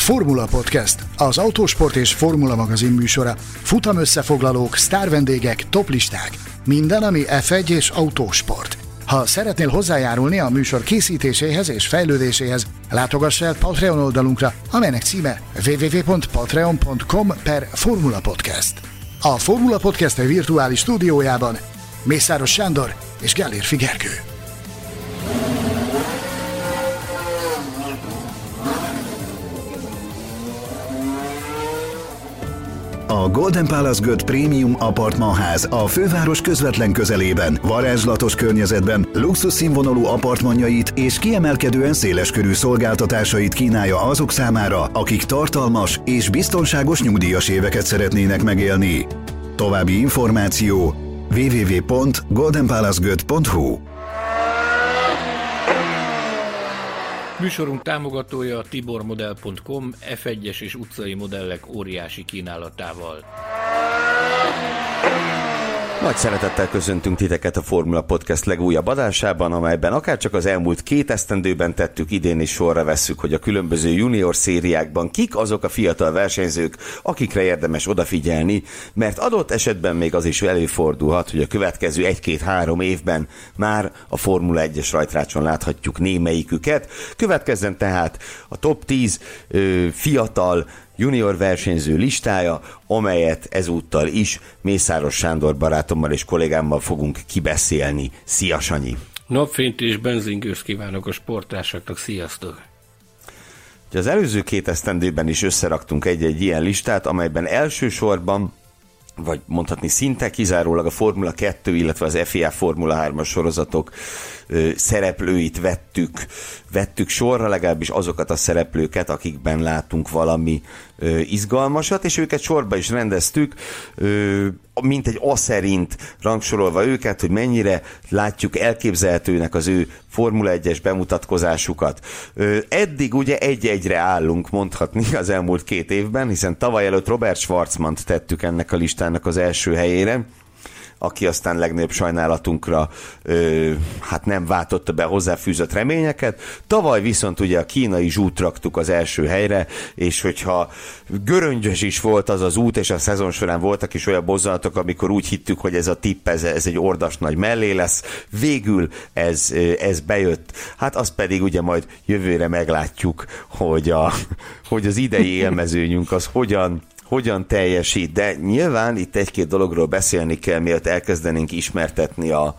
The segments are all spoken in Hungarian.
Formula Podcast, az autósport és formula magazin műsora. Futam összefoglalók, sztárvendégek, toplisták. Minden, ami F1 és autósport. Ha szeretnél hozzájárulni a műsor készítéséhez és fejlődéséhez, látogass el Patreon oldalunkra, amelynek címe www.patreon.com/Formula Podcast. A Formula Podcast virtuális stúdiójában Mészáros Sándor és Gellérfi Gergő. A Golden Palace Göt Premium Apartmanház a főváros közvetlen közelében, varázslatos környezetben luxus színvonalú apartmanjait és kiemelkedően széleskörű szolgáltatásait kínálja azok számára, akik tartalmas és biztonságos nyugdíjas éveket szeretnének megélni. További információ www.goldenpalacegöt.hu. Műsorunk támogatója a tibormodel.com F1-es és utcai modellek óriási kínálatával. Nagy szeretettel köszöntünk titeket a Formula Podcast legújabb adásában, amelyben akárcsak az elmúlt 2 esztendőben tettük, idén is sorra vesszük, hogy a különböző junior szériákban kik azok a fiatal versenyzők, akikre érdemes odafigyelni, mert adott esetben még az is előfordulhat, hogy a következő 1-2-3 évben már a Formula 1-es rajtrácson láthatjuk némelyiküket. Következzen tehát a top 10 fiatal junior versenyző listája, amelyet ezúttal is Mészáros Sándor barátommal és kollégámmal fogunk kibeszélni. Szia, Sanyi! Napfényt és benzingőzt kívánok a sporttársaknak, sziasztok! Az előző 2 esztendőben is összeraktunk egy-egy ilyen listát, amelyben elsősorban, vagy mondhatni szinte kizárólag a Formula 2, illetve az FIA Formula 3-as sorozatok szereplőit vettük sorra, legalábbis azokat a szereplőket, akikben látunk valami izgalmasat, és őket sorba is rendeztük, mint egy A szerint rangsorolva őket, hogy mennyire látjuk elképzelhetőnek az ő Formula 1-es bemutatkozásukat. Eddig ugye 1-1-re állunk, mondhatni, az elmúlt 2 évben, hiszen tavaly előtt Robert Schwarzmant tettük ennek a listának az első helyére, aki aztán legnagyobb sajnálatunkra hát nem váltotta be hozzáfűzött reményeket. Tavaly viszont ugye a kínai zsút raktuk az első helyre, és hogyha göröngyös is volt az az út, és a szezon során voltak is olyan mozzanatok, amikor úgy hittük, hogy ez a tipp, ez egy ordas nagy mellé lesz, végül ez bejött. Hát azt pedig ugye majd jövőre meglátjuk, hogy az idei élmezőnyünk az hogyan teljesít, de nyilván itt 1-2 dologról beszélni kell, mielőtt elkezdenénk ismertetni a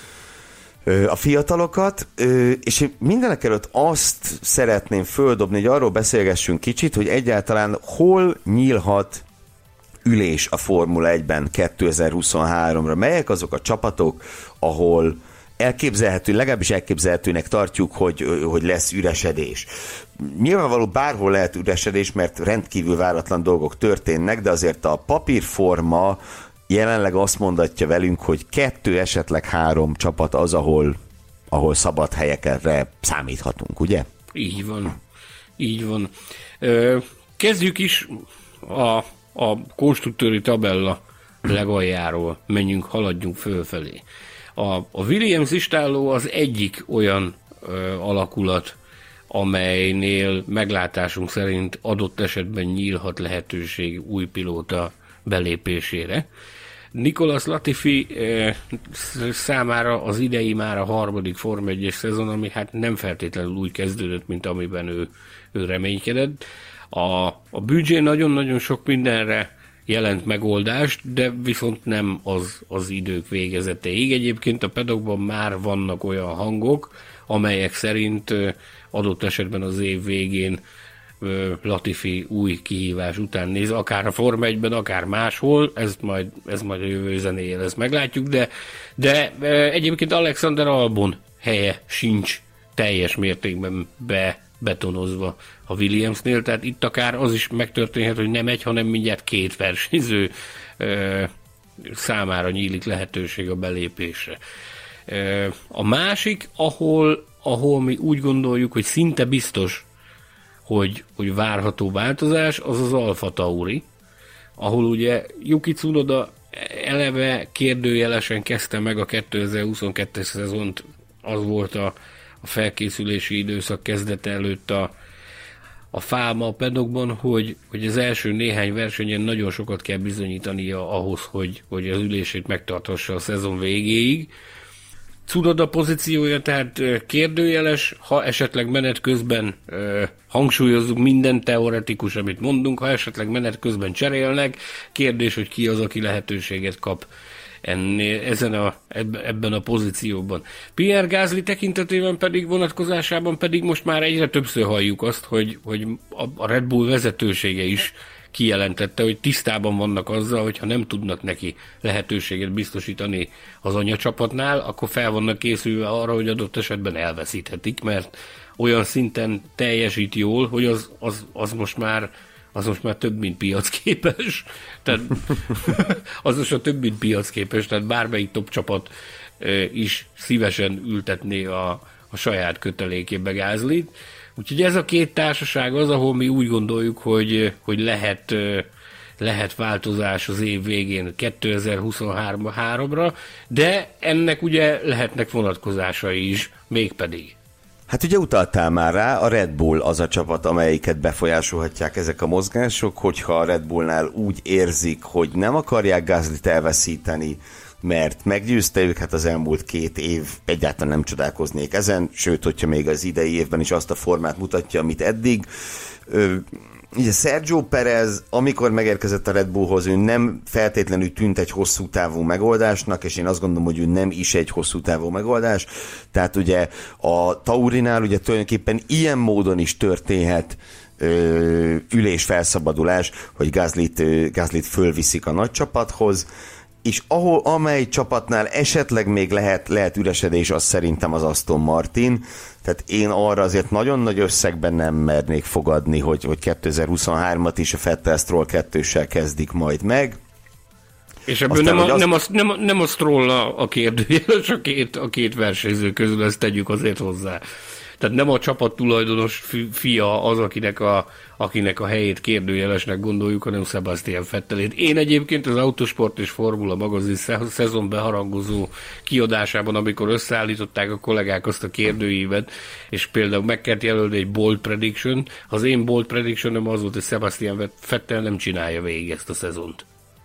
fiatalokat, és mindenek előtt azt szeretném földobni, hogy arról beszélgessünk kicsit, hogy egyáltalán hol nyílhat ülés a Formula 1-ben 2023-ra. Melyek azok a csapatok, ahol legalábbis elképzelhetőnek tartjuk, hogy lesz üresedés. Nyilvánvaló bárhol lehet üresedés, mert rendkívül váratlan dolgok történnek, de azért a papírforma jelenleg azt mondatja velünk, hogy 2, esetleg 3 csapat az, ahol szabad helyekre számíthatunk, ugye? Így van. Kezdjük is a konstruktőri tabella legaljáról, haladjunk fölfelé. A Williams istálló az egyik olyan alakulat, amelynél meglátásunk szerint adott esetben nyílhat lehetőség új pilóta belépésére. Nicolas Latifi számára az idei már a 3. Forma 1-es szezon, ami hát nem feltétlenül úgy kezdődött, mint amiben ő reménykedett. A büdzsé nagyon-nagyon sok mindenre jelent megoldást, de viszont nem az idők végezetéig. Egyébként a paddockban már vannak olyan hangok, amelyek szerint adott esetben az év végén Latifi új kihívás után néz, akár a Forma 1-ben, akár máshol, ez majd a jövő zenéje lesz, meglátjuk, de egyébként Alexander Albon helye sincs teljes mértékben betonozva a Williamsnél, tehát itt akár az is megtörténhet, hogy nem egy, hanem mindjárt 2 versenyző számára nyílik lehetőség a belépésre. A másik, ahol mi úgy gondoljuk, hogy szinte biztos, hogy várható változás, az az Alfa Tauri, ahol ugye Yuki Tsunoda eleve kérdőjelesen kezdte meg a 2022-es szezont, az volt a felkészülési időszak kezdete előtt a fálma a pedokban, hogy az első néhány versenyen nagyon sokat kell bizonyítania ahhoz, hogy az ülését megtarthassa a szezon végéig. Cunoda pozíciója tehát kérdőjeles, ha esetleg menet közben hangsúlyozzuk minden teoretikus, amit mondunk, ha esetleg menet közben cserélnek, kérdés, hogy ki az, aki lehetőséget kap ebben a pozícióban. Pierre Gasly tekintetében pedig vonatkozásában pedig most már egyre többször halljuk azt, hogy a Red Bull vezetősége is kijelentette, hogy tisztában vannak azzal, hogyha nem tudnak neki lehetőséget biztosítani az anyacsapatnál, akkor fel vannak készülve arra, hogy adott esetben elveszíthetik, mert olyan szinten teljesít jól, hogy az most már több, mint piacképes. Tehát az most már több, mint piacképes, tehát bármelyik top csapat is szívesen ültetné a saját kötelékébe Gaslyt. Úgyhogy ez a két társaság az, ahol mi úgy gondoljuk, hogy lehet változás az év végén 2023-ra, de ennek ugye lehetnek vonatkozásai is, mégpedig. Hát ugye utaltál már rá, a Red Bull az a csapat, amelyiket befolyásolhatják ezek a mozgások, hogyha a Red Bullnál úgy érzik, hogy nem akarják Gaslyt elveszíteni, mert meggyőzte őket az elmúlt 2 év, egyáltalán nem csodálkoznék ezen, sőt, hogyha még az idei évben is azt a formát mutatja, amit eddig. Ugye Sergio Perez, amikor megérkezett a Red Bullhoz, ő nem feltétlenül tűnt egy hosszú távú megoldásnak, és én azt gondolom, hogy ő nem is egy hosszú távú megoldás. Tehát ugye a Taurinál ugye tulajdonképpen ilyen módon is történhet ülés felszabadulás, hogy Gaslyt fölviszik a nagy csapathoz, és amely csapatnál esetleg még lehet üresedés, az szerintem az Aston Martin. Tehát én arra azért nagyon nagy összegben nem mernék fogadni, hogy 2023-at is a Vettel-Stroll 2-ssel kezdik majd meg. És ebből nem a Stroll a kérdőjeles a két versenyző közül, ezt tegyük azért hozzá. Tehát nem a csapat tulajdonos fia az, akinek a helyét kérdőjelesnek gondoljuk, hanem Sebastian Vettelét. Én egyébként az Autosport és Formula magazin szezon beharangozó kiadásában, amikor összeállították a kollégák azt a kérdőívet, és például meg kellett jelölni egy bold prediction, az én bold predictionem az volt, hogy Sebastian Vettel nem csinálja végig ezt a szezont.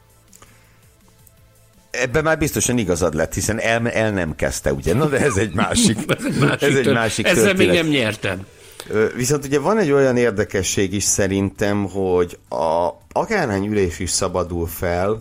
Ebben már biztosan igazad lett, hiszen el nem kezdte, ugye? Na, de ez egy másik történet. Ezzel még nem nyertem. Viszont ugye van egy olyan érdekesség is szerintem, hogy akárhány ülés is szabadul fel,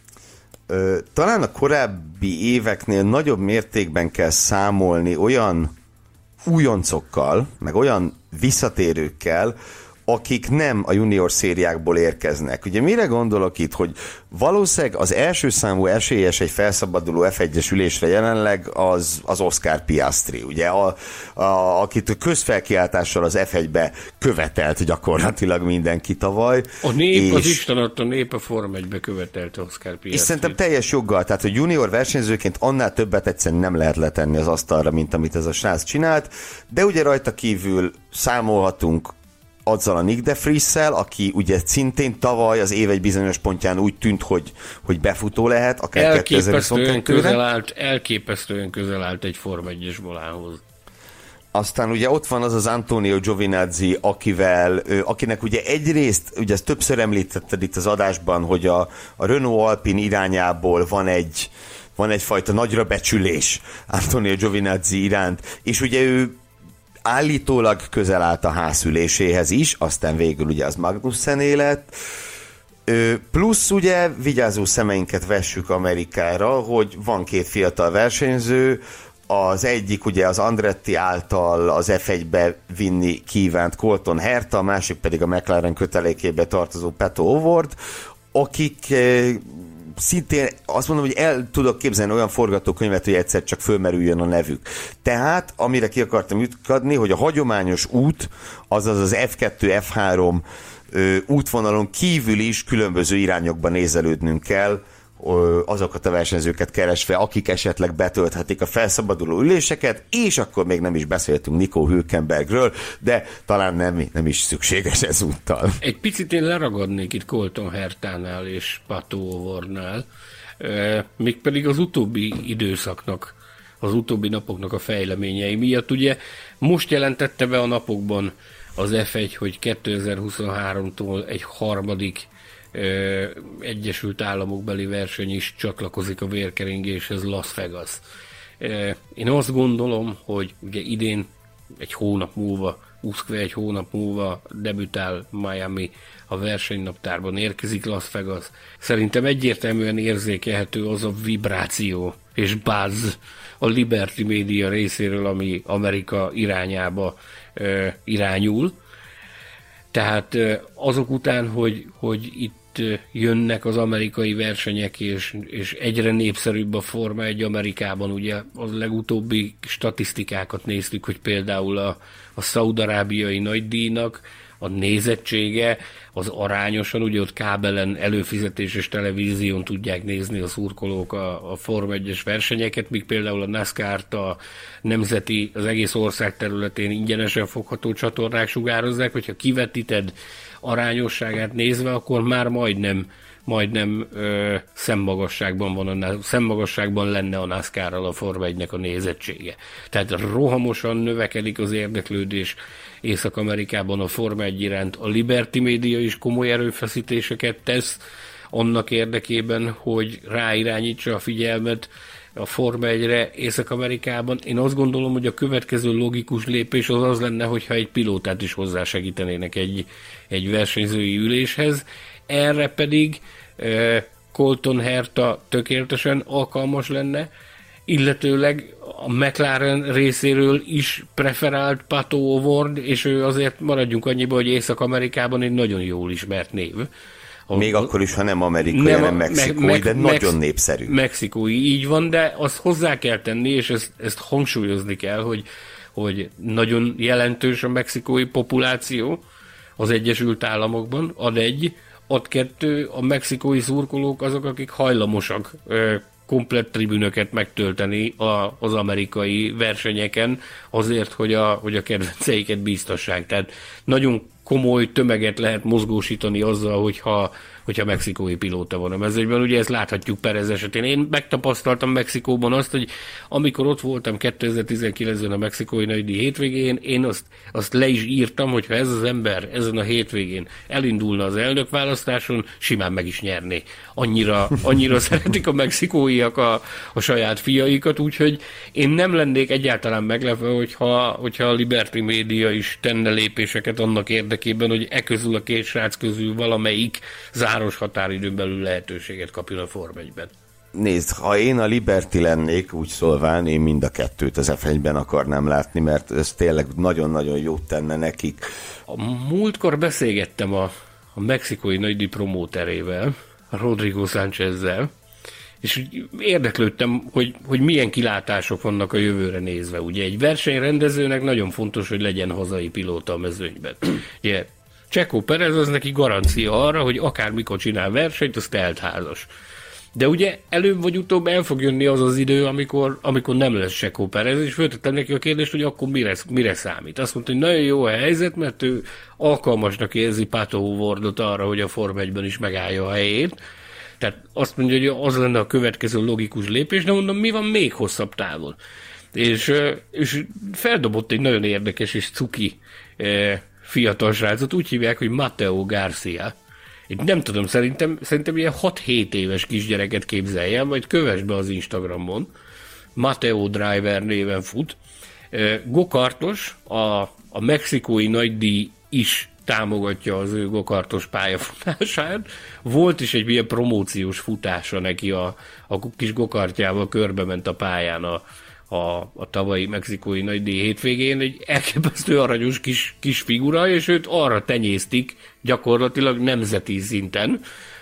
talán a korábbi éveknél nagyobb mértékben kell számolni olyan újoncokkal, meg olyan visszatérőkkel, akik nem a junior szériákból érkeznek. Ugye mire gondolok itt, hogy valószínűleg az első számú esélyes egy felszabaduló F1-es ülésre jelenleg az Oscar Piastri, ugye, akit a közfelkiáltással az F1-be követelt gyakorlatilag mindenki tavaly. A nép, az Isten adta nép a Form 1-be követelte Oscar Piastri. És szerintem teljes joggal, tehát hogy junior versenyzőként annál többet egyszerűen nem lehet letenni az asztalra, mint amit ez a srác csinált, de ugye rajta kívül számolhatunk azzal a Nick de Vries-szel, aki ugye szintén tavaly az év egy bizonyos pontján úgy tűnt, hogy befutó lehet, akár 2022-re. Elképesztően közel állt egy Form 1-es volához. Aztán ugye ott van az az Antonio Giovinazzi, akinek ugye egyrészt, ugye ezt többször említetted itt az adásban, hogy a Renault Alpine irányából van egyfajta nagyra becsülés Antonio Giovinazzi iránt, és ugye ő állítólag közel állt a házüléséhez is, aztán végül ugye az Magnussené lett. Plusz ugye vigyázó szemeinket vessük Amerikára, hogy van 2 fiatal versenyző, az egyik ugye az Andretti által az F1-be vinni kívánt Colton Herta, a másik pedig a McLaren kötelékébe tartozó Pato O'Ward, akik szintén azt mondom, hogy el tudok képzelni olyan forgatókönyvet, hogy egyszer csak fölmerüljön a nevük. Tehát, amire ki akartam jutni, hogy a hagyományos út, azaz az F2, F3 útvonalon kívül is különböző irányokban nézelődnünk kell, azokat a versenyzőket keresve, akik esetleg betölthetik a felszabaduló üléseket, és akkor még nem is beszéltünk Nico Hülkenbergről, de talán nem is szükséges ezúttal. Egy picit én leragadnék itt Colton Hertánál és Pato O'Wardnál, mégpedig az utóbbi időszaknak, az utóbbi napoknak a fejleményei miatt. Ugye most jelentette be a napokban az F1, hogy 2023-tól egy harmadik Egyesült Államokbeli verseny is csatlakozik a vérkeringéshez, Las Vegas. Én azt gondolom, hogy ugye idén egy hónap múlva debütál Miami, a versenynaptárban érkezik Las Vegas. Szerintem egyértelműen érzékelhető az a vibráció és buzz a Liberty Media részéről, ami Amerika irányába irányul. Tehát azok után, hogy itt jönnek az amerikai versenyek, és egyre népszerűbb a Forma 1 Amerikában, ugye a legutóbbi statisztikákat néztük, hogy például a szaúd-arábiai nagydíjnak a nézettsége az arányosan, ugye ott kábelen előfizetéses televízión tudják nézni a szurkolók a Forma 1-es versenyeket, míg például a NASCAR-t a nemzeti, az egész ország területén ingyenesen fogható csatornák sugározzák, hogyha kivetíted arányosságát nézve, akkor már majdnem szemmagasságban lenne a NASCAR-ral a Forma 1-nek a nézettsége. Tehát rohamosan növekedik az érdeklődés Észak-Amerikában a Forma 1 iránt. A Liberty Media is komoly erőfeszítéseket tesz annak érdekében, hogy ráirányítsa a figyelmet a Forma 1-re Észak-Amerikában. Én azt gondolom, hogy a következő logikus lépés az lenne, hogyha egy pilótát is hozzásegítenének egy versenyzői üléshez. Erre pedig Colton Herta tökéletesen alkalmas lenne, illetőleg a McLaren részéről is preferált Pato O'Ward, és ő azért maradjunk annyiba, hogy Észak-Amerikában egy nagyon jól ismert név. Még akkor is, ha nem amerikai, hanem mexikói, de nagyon népszerű. Mexikói, így van, de azt hozzá kell tenni, és ezt hangsúlyozni kell, hogy nagyon jelentős a mexikói populáció az Egyesült Államokban, ad egy, ad kettő, a mexikói szurkolók azok, akik hajlamosak komplett tribünöket megtölteni az amerikai versenyeken azért, hogy a kedvenceiket bíztassák. Tehát nagyon komoly tömeget lehet mozgósítani azzal, hogyha mexikói pilóta van a mezőnyben. Ugye ezt láthatjuk Perez esetén. Én megtapasztaltam Mexikóban azt, hogy amikor ott voltam 2019-ben a mexikói nagydíj hétvégén, én azt le is írtam, hogyha ez az ember ezen a hétvégén elindulna az elnökválasztáson, simán meg is nyerné. Annyira szeretik a mexikóiak a saját fiaikat, úgyhogy én nem lennék egyáltalán meglepve, hogyha a Liberty Media is tenne lépéseket annak érdekében, hogy közül a két srác közül valamelyik záros határidőn belül lehetőséget kapjon a Forma 1-ben. Nézd, ha én a Liberty lennék, úgy szólván, én mind a kettőt az F1-ben akarnám látni, mert ez tényleg nagyon-nagyon jót tenne nekik. A múltkor beszélgettem a mexikói nagydíj promóterével, a Rodrigo Sánchezzel, és érdeklődtem, hogy milyen kilátások vannak a jövőre nézve. Ugye egy versenyrendezőnek nagyon fontos, hogy legyen hazai pilóta a mezőnyben. Ugye Checo Perez az neki garancia arra, hogy akármikor csinál versenyt, az teltházas. De ugye előbb vagy utóbb el fog jönni az az idő, amikor nem lesz Checo Perez, és föltettem neki a kérdést, hogy akkor mire számít. Azt mondta, hogy nagyon jó a helyzet, mert ő alkalmasnak érzi Pato O'Wardot arra, hogy a Forma 1-ben is megállja a helyét. Tehát azt mondja, hogy az lenne a következő logikus lépés, de mondom, mi van még hosszabb távon. És feldobott egy nagyon érdekes és cuki fiatal srácot, úgy hívják, hogy Mateo Garcia. Én nem tudom, szerintem ilyen 6-7 éves kisgyereket képzelje, majd kövess be az Instagramon. Mateo Driver néven fut. Gokartos, a mexikói nagydíj is támogatja az ő gokartos pályafutását. Volt is egy ilyen promóciós futása neki, a kis gokartjával körbe ment a pályán a tavalyi mexikói nagydíj hétvégén. Egy elképesztő aranyos kis figura, és őt arra tenyésztik gyakorlatilag nemzeti szinten,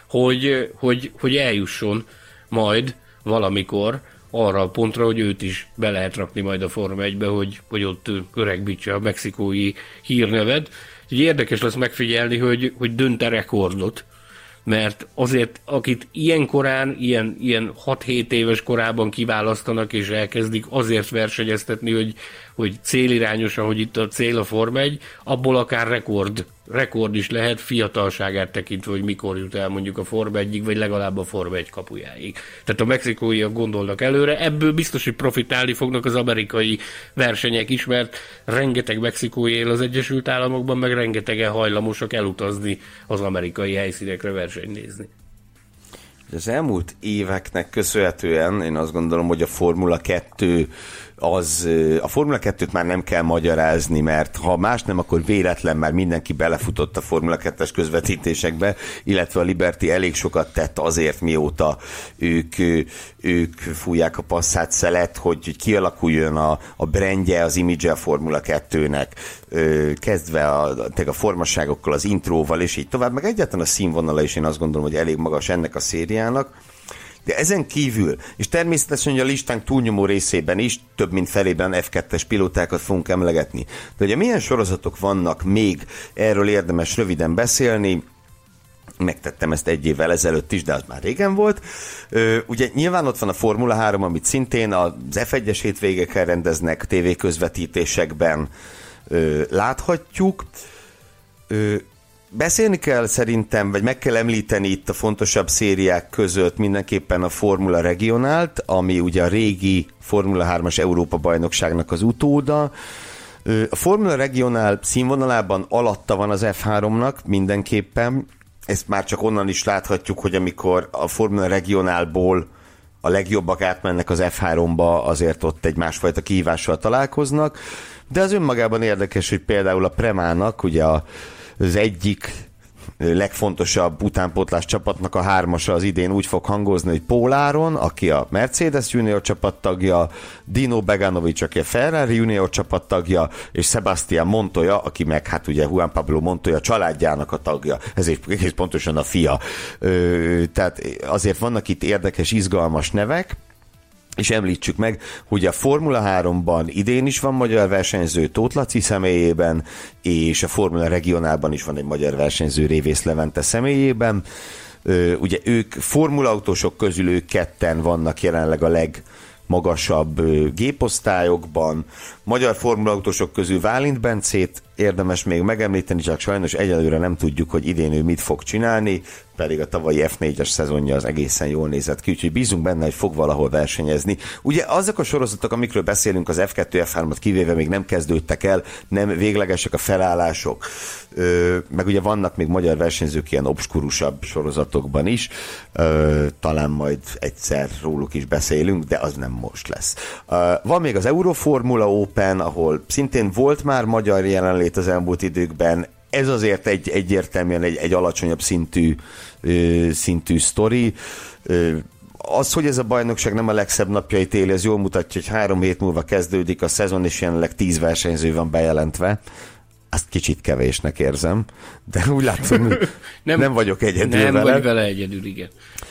hogy eljusson majd valamikor arra a pontra, hogy őt is be lehet rakni majd a Forma 1-be, hogy ott öregbítse a mexikói hírnevet. Így érdekes lesz megfigyelni, hogy dönt-e rekordot, mert azért, akit ilyen korán, ilyen 6-7 éves korában kiválasztanak és elkezdik azért versenyeztetni, hogy célirányosan, hogy itt a cél a Forma 1, abból akár rekord rekord is lehet fiatalságát tekintve, hogy mikor jut el mondjuk a Forma 1-ig, vagy legalább a Forma 1 kapujáig. Tehát a mexikóiak gondolnak előre, ebből biztos, hogy profitálni fognak az amerikai versenyek is, mert rengeteg mexikói él az Egyesült Államokban, meg rengetegen hajlamosak elutazni az amerikai helyszínekre versenyt nézni. Az elmúlt éveknek köszönhetően én azt gondolom, hogy a Formula 2-t már nem kell magyarázni, mert ha más nem, akkor véletlen már mindenki belefutott a Formula 2-es közvetítésekbe, illetve a Liberty elég sokat tett azért, mióta ők fújják a passzát szelet, hogy kialakuljon a brandje, az image a Formula 2-nek, kezdve a formaságokkal, az intróval, és így tovább, meg egyáltalán a színvonala is én azt gondolom, hogy elég magas ennek a szériának. De ezen kívül, és természetesen a listánk túlnyomó részében is, több mint felében F2-es pilótákat fogunk emlegetni. De ugye milyen sorozatok vannak még, erről érdemes röviden beszélni, megtettem ezt egy évvel ezelőtt is, de az már régen volt. Ugye nyilván ott van a Formula 3, amit szintén az F1-es hétvégeken rendeznek tévéközvetítésekben, láthatjuk. Beszélni kell szerintem, vagy meg kell említeni itt a fontosabb szériák között mindenképpen a Formula Regionált, ami ugye a régi Formula 3-as Európa-bajnokságnak az utóda. A Formula Regionál színvonalában alatta van az F3-nak mindenképpen. Ezt már csak onnan is láthatjuk, hogy amikor a Formula Regionálból a legjobbak átmennek az F3-ba, azért ott egy másfajta kihívással találkoznak. De az önmagában érdekes, hogy például a Premának, ugye az egyik legfontosabb utánpótlás csapatnak a hármasa az idén úgy fog hangozni, hogy Paul Aron, aki a Mercedes junior csapattagja, Dino Beganovic, aki a Ferrari junior csapattagja, és Sebastian Montoya, aki meg hát ugye Juan Pablo Montoya családjának a tagja, ezért egész pontosan a fia. Tehát azért vannak itt érdekes, izgalmas nevek, és említsük meg, hogy a Formula 3-ban idén is van magyar versenyző Tóth Laci személyében, és a Formula Regionálban is van egy magyar versenyző Révész Levente személyében. Ugye ők formulautósok közül ők ketten vannak jelenleg a legmagasabb géposztályokban. Magyar formulautósok közül Válint Bencét érdemes még megemlíteni, csak sajnos egyelőre nem tudjuk, hogy idén ő mit fog csinálni, pedig a tavalyi F4-es szezonja az egészen jól nézett ki, úgyhogy bízunk benne, hogy fog valahol versenyezni. Ugye azok a sorozatok, amikről beszélünk, az F2, F3-at kivéve még nem kezdődtek el, nem véglegesek a felállások, meg ugye vannak még magyar versenyzők ilyen obskurusabb sorozatokban is, talán majd egyszer róluk is beszélünk, de az nem most lesz. Van még az Euroformula Open, ahol szintén volt már magyar jelenlét az elmúlt időkben. Ez azért egyértelműen egy alacsonyabb szintű sztori. Az, hogy ez a bajnokság nem a legszebb napjait éli, ez jól mutatja, hogy 3 hét múlva kezdődik a szezon, és jelenleg 10 versenyző van bejelentve. Azt kicsit kevésnek érzem, de úgy látom, nem vagyok egyedül vele. Nem vagy vele egyedül, igen.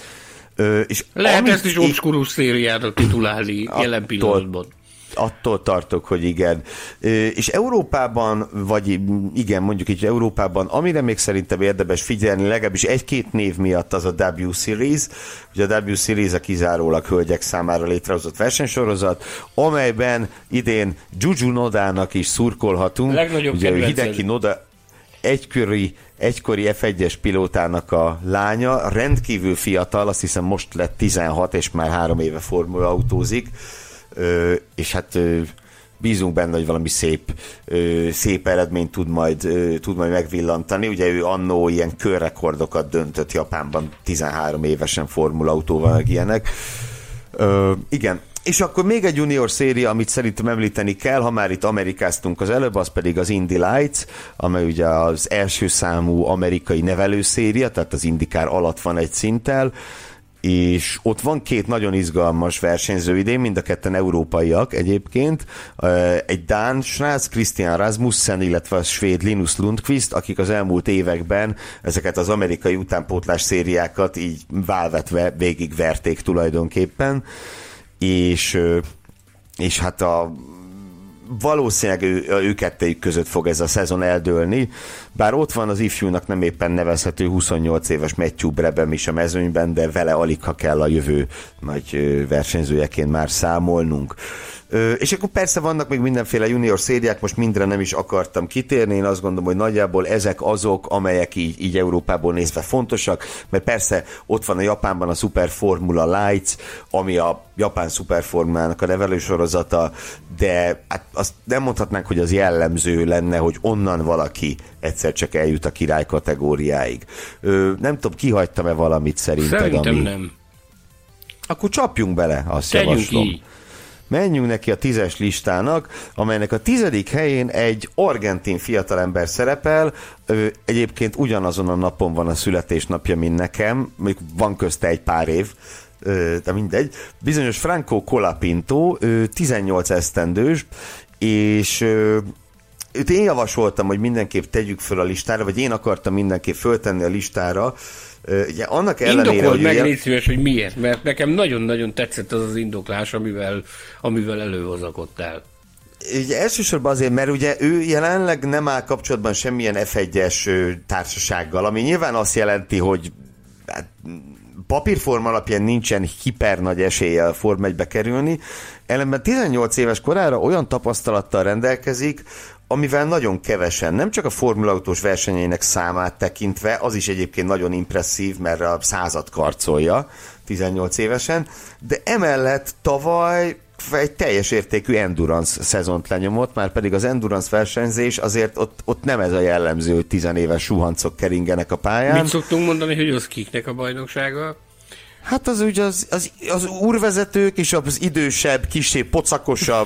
És lehet ezt is obskurus szériára titulálni jelen pillanatban. Attól tartok, hogy igen. És Európában, vagy igen, mondjuk így Európában, amire még szerintem érdemes figyelni, legalábbis 1-2 név miatt az a W Series. Ugye a W Series a kizárólag hölgyek számára létrehozott versenysorozat, amelyben idén Juju Nodának is szurkolhatunk. Legnagyobb ugye Hideki Noda egykori F1-es pilótának a lánya, rendkívül fiatal, azt hiszem most lett 16, és már 3 éve formula autózik. És hát bízunk benne, hogy valami szép eredményt tud majd megvillantani. Ugye ő annó ilyen körrekordokat döntött Japánban 13 évesen formulaautóval, meg ilyenek. Igen. És akkor még egy junior széria, amit szerintem említeni kell, ha már itt amerikáztunk az előbb, az pedig az Indy Lights, amely ugye az első számú amerikai nevelőszéria, tehát az IndyCar alatt van egy szinttel, és ott van 2 nagyon izgalmas versenyző idén, mind a ketten európaiak egyébként. Egy dán srác, Christian Rasmussen, illetve a svéd Linus Lundqvist, akik az elmúlt években ezeket az amerikai utánpótlás szériákat így válvetve végigverték tulajdonképpen, és hát valószínűleg ő kettejük között fog ez a szezon eldőlni, bár ott van az ifjúnak nem éppen nevezhető 28 éves Matthew Brabham is a mezőnyben, de vele alig ha kell a jövő nagy versenyzőjeként már számolnunk. És akkor persze vannak még mindenféle junior szériák, most mindre nem is akartam kitérni, én azt gondolom, hogy nagyjából ezek azok, amelyek így Európából nézve fontosak, mert persze ott van a Japánban a Super Formula Lights, ami a japán szuperformulának a nevelősorozata, de hát azt nem mondhatnánk, hogy az jellemző lenne, hogy onnan valaki egyszer csak eljut a király kategóriáig. Nem tudom, kihagytam-e valamit szerinted? Szerintem nem. Akkor csapjunk bele, azt Tegyünk javaslom. így. Menjünk neki a 10-es listának, amelynek a 10. helyén egy argentin fiatalember szerepel, egyébként ugyanazon a napon van a születésnapja, mint nekem, még van közte egy pár év, de mindegy. Bizonyos Franco Colapinto, 18 esztendős, és őt én javasoltam, hogy mindenképp tegyük föl a listára, vagy én akartam mindenképp föltenni a listára. Ugye, annak ellenére, indokold meg, ugye... légy szíves, hogy miért, mert nekem nagyon-nagyon tetszett az indoklás, amivel előhozakodtál. Ugye elsősorban azért, mert ugye ő jelenleg nem áll kapcsolatban semmilyen F1-es társasággal, ami nyilván azt jelenti, hogy papírforma alapján nincsen hiper nagy esélye a Form 1-be kerülni, ellenben 18 éves korára olyan tapasztalattal rendelkezik, amivel nagyon kevesen, nem csak a formulaautós versenyeinek számát tekintve, az is egyébként nagyon impresszív, mert a 100-at karcolja 18 évesen, de emellett tavaly egy teljes értékű endurance szezont lenyomott, már pedig az endurance versenyzés azért ott nem ez a jellemző, hogy 10 éves suhancok keringenek a pályán. Mit szoktunk mondani, hogy az kiknek a bajnoksága? Hát az úgy az úrvezetők és az idősebb, kissé pocakosabb.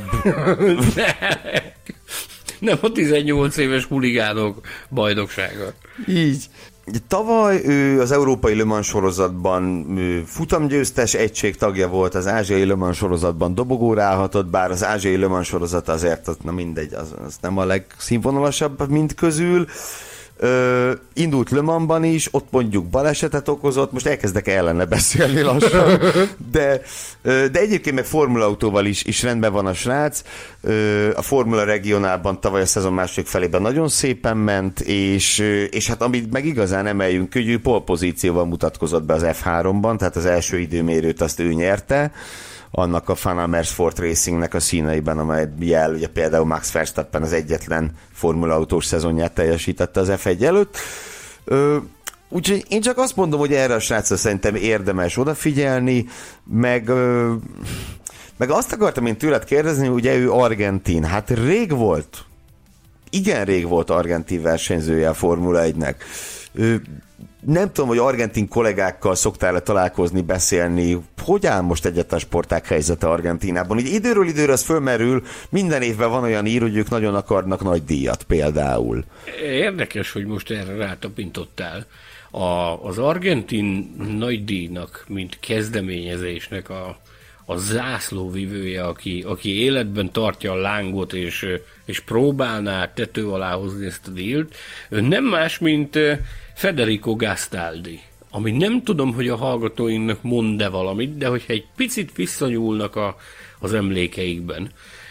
Nem a 18 éves huligánok bajnoksága. Így. Tavaly ő az Európai Le Mans sorozatban futamgyőztes egység tagja volt, az Ázsiai Le Mans sorozatban dobogóra állhatott, bár az Ázsiai Le Mans sorozat azért, na mindegy, az nem a legszínvonalasabb mind közül. Indult Le Mansban is, ott mondjuk balesetet okozott, most elkezdek ellene beszélni lassan, de egyébként meg formulaautóval is rendben van a srác. A Formula Regionálban tavaly a szezon második felében nagyon szépen ment, és hát amit meg igazán emeljünk, hogy pole pozícióval mutatkozott be az F3-ban, tehát az első időmérőt azt ő nyerte, annak a Van Amersfoort Racingnek a színeiben, amely jel, ugye például Max Verstappen az egyetlen formulaautós szezonját teljesítette az F1 előtt. Úgyhogy én csak azt mondom, hogy erre a srácra szerintem érdemes odafigyelni, meg azt akartam én tőled kérdezni, ugye ő argentin, hát igen rég volt argentin versenyzője a Formula 1-nek. Nem tudom, hogy argentin kollégákkal szoktál-e találkozni, beszélni, hogy áll most egyáltalán sportág helyzete Argentínában. Így időről időre az fölmerül, minden évben van olyan ír, hogy ők nagyon akarnak nagy díjat például. Érdekes, hogy most erre rátapintottál. Az argentin nagy díjnak, mint kezdeményezésnek a zászlóvivője, aki életben tartja a lángot, és próbálná tető alá hozni ezt a díjat, ő nem más, mint Federico Gastaldi, ami nem tudom, hogy a hallgatóinknak mond-e valamit, de hogyha egy picit visszanyúlnak az emlékeikben,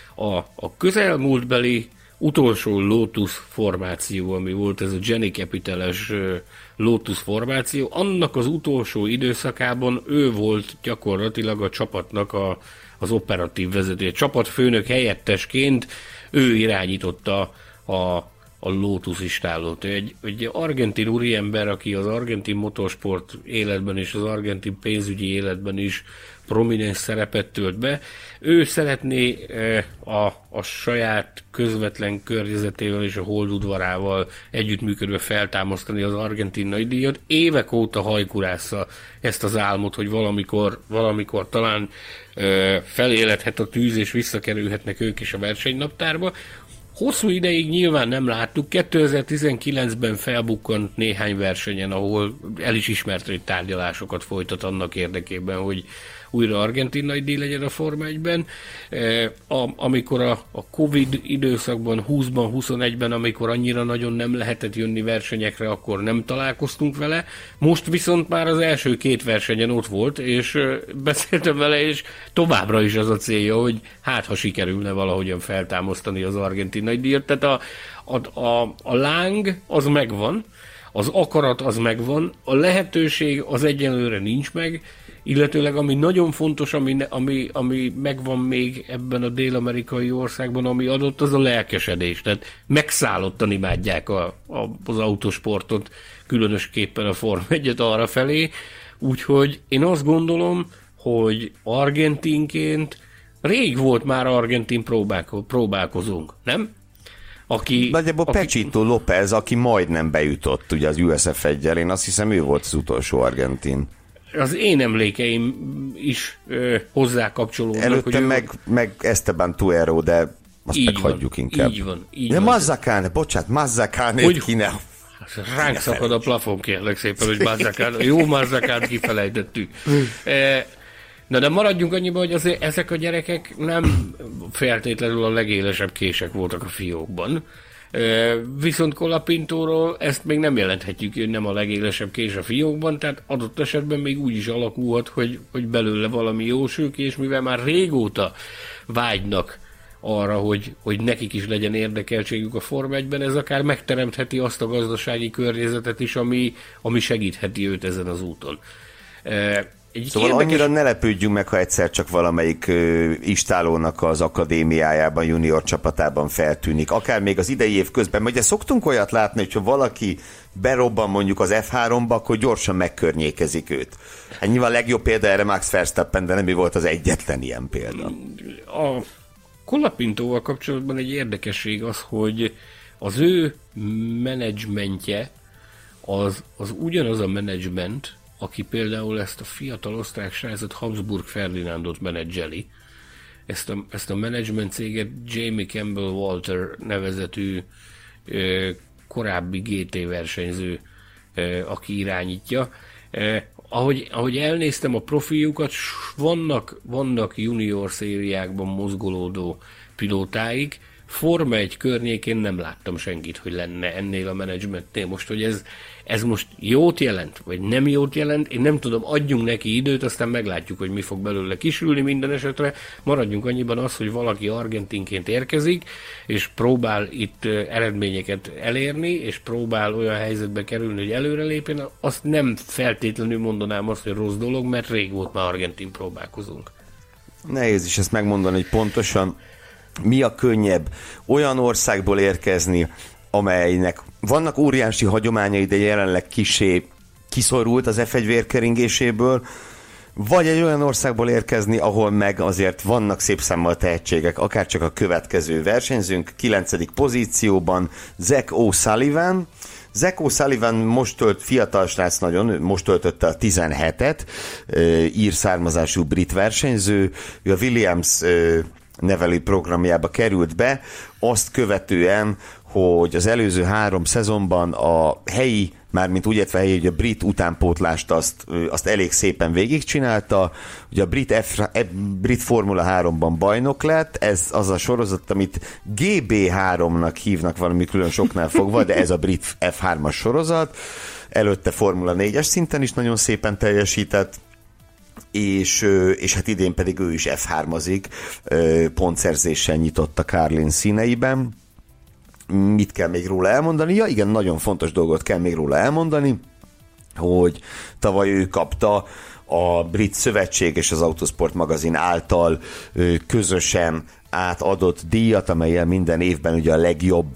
a közelmúltbeli utolsó Lotus formáció, ami volt ez a Jenny Capital-es Lotus formáció, annak az utolsó időszakában ő volt gyakorlatilag a csapatnak az operatív vezető. Csapatfőnök helyettesként ő irányította a Lotus istállót. Egy argentin úriember, aki az argentin motorsport életben és az argentin pénzügyi életben is prominens szerepet tölt be. Ő szeretné a saját közvetlen környezetével és a holdudvarával együttműködve feltámasztani az argentin nagydíjat. Évek óta hajkurásza ezt az álmot, hogy valamikor talán feléledhet a tűz, és visszakerülhetnek ők is a versenynaptárba. Hosszú ideig nyilván nem láttuk, 2019-ben felbukkant néhány versenyen, ahol el is ismert, hogy tárgyalásokat folytat annak érdekében, hogy újra argentin nagydíj legyen a Forma 1-ben. Amikor a Covid időszakban, 20-ban, 21-ben, amikor annyira nagyon nem lehetett jönni versenyekre, akkor nem találkoztunk vele. Most viszont már az első 2 versenyen ott volt, és beszéltem vele, és továbbra is az a célja, hogy hát ha sikerülne valahogyan feltámasztani az argentin nagydíjat. Tehát a láng az megvan, az akarat az megvan, a lehetőség az egyenlőre nincs meg, illetőleg ami nagyon fontos, ami megvan még ebben a dél-amerikai országban, ami adott, az a lelkesedés. Tehát megszállottan imádják az autósportot, különösképpen a Forma 1-et arra felé. Úgyhogy én azt gondolom, hogy argentinként rég volt már argentin próbálkozónk, nem? Nagyjából Pechito López, aki majdnem bejutott ugye az USF 1-jel, én azt hiszem ő volt az utolsó argentin. Az én emlékeim is hozzá kapcsolódnak. Előtte meg Esteban Tuero, de azt így meghagyjuk van, inkább. Így van. De Mazzacane, bocsánat, Mazzacane kéne. Ránk szakad a plafon, kérlek szépen, hogy Mazzacane, jó Mazzacane kifelejtettük. Na de maradjunk annyiba, hogy azért ezek a gyerekek nem feltétlenül a legélesebb kések voltak a fiókban. Viszont Colapintóról ezt még nem jelenthetjük, hogy nem a legélesebb kés a fiókban, tehát adott esetben még úgy is alakulhat, hogy belőle valami jó sülkés, mivel már régóta vágynak arra, hogy nekik is legyen érdekeltségük a Forma 1-ben, ez akár megteremtheti azt a gazdasági környezetet is, ami segítheti őt ezen az úton. Szóval annyira ne lepődjünk meg, ha egyszer csak valamelyik istálónak az akadémiájában, junior csapatában feltűnik. Akár még az idei év közben. Ugye szoktunk olyat látni, hogyha valaki berobban mondjuk az F3-ba, akkor gyorsan megkörnyékezik őt. Hát nyilván a legjobb példa erre Max Verstappen, de nem ő volt az egyetlen ilyen példa. A Colapintóval kapcsolatban egy érdekesség az, hogy az ő menedzsmentje az ugyanaz a menedzsment, aki például ezt a fiatal osztrák srácot, Habsburg Ferdinándot menedzseli. Ezt a menedzsment céget Jamie Campbell Walter nevezetű korábbi GT versenyző, aki irányítja. Ahogy elnéztem a profiukat, vannak junior szériákban mozgolódó pilótáik, Forma 1 környékén nem láttam senkit, hogy lenne ennél a menedzsmentnél. Most, hogy ez most jót jelent, vagy nem jót jelent, én nem tudom, adjunk neki időt, aztán meglátjuk, hogy mi fog belőle kisülni. Minden esetre maradjunk annyiban az, hogy valaki argentinként érkezik, és próbál itt eredményeket elérni, és próbál olyan helyzetbe kerülni, hogy előrelépjen, azt nem feltétlenül mondanám azt, hogy rossz dolog, mert rég volt már argentin próbálkozunk. Nehéz is ezt megmondani, hogy pontosan mi a könnyebb olyan országból érkezni, amelynek vannak óriási hagyományai, de jelenleg kissé kiszorult az F1 vérkeringéséből, vagy egy olyan országból érkezni, ahol meg azért vannak szép számmal tehetségek, akár csak a következő versenyzőnk, 9. pozícióban Zach O'Sullivan. Zach O'Sullivan fiatal srác nagyon, most töltötte a 17-et, ír származású brit versenyző, ő a Williams nevelő programjába került be, azt követően, hogy az előző 3 szezonban a helyi, mármint úgy értve helyi, hogy a brit utánpótlást azt elég szépen végigcsinálta, ugye a brit Formula 3-ban bajnok lett, ez az a sorozat, amit GB3-nak hívnak valami külön soknál fogva, de ez a brit F3-as sorozat, előtte Formula 4-es szinten is nagyon szépen teljesített, és hát idén pedig ő is F3-azik, pontszerzéssel nyitott a Carlin színeiben. Mit kell még róla elmondani? Ja igen, nagyon fontos dolgot kell még róla elmondani, hogy tavaly ő kapta a Brit Szövetség és az Autosport magazin által közösen átadott díjat, amellyel minden évben ugye a legjobb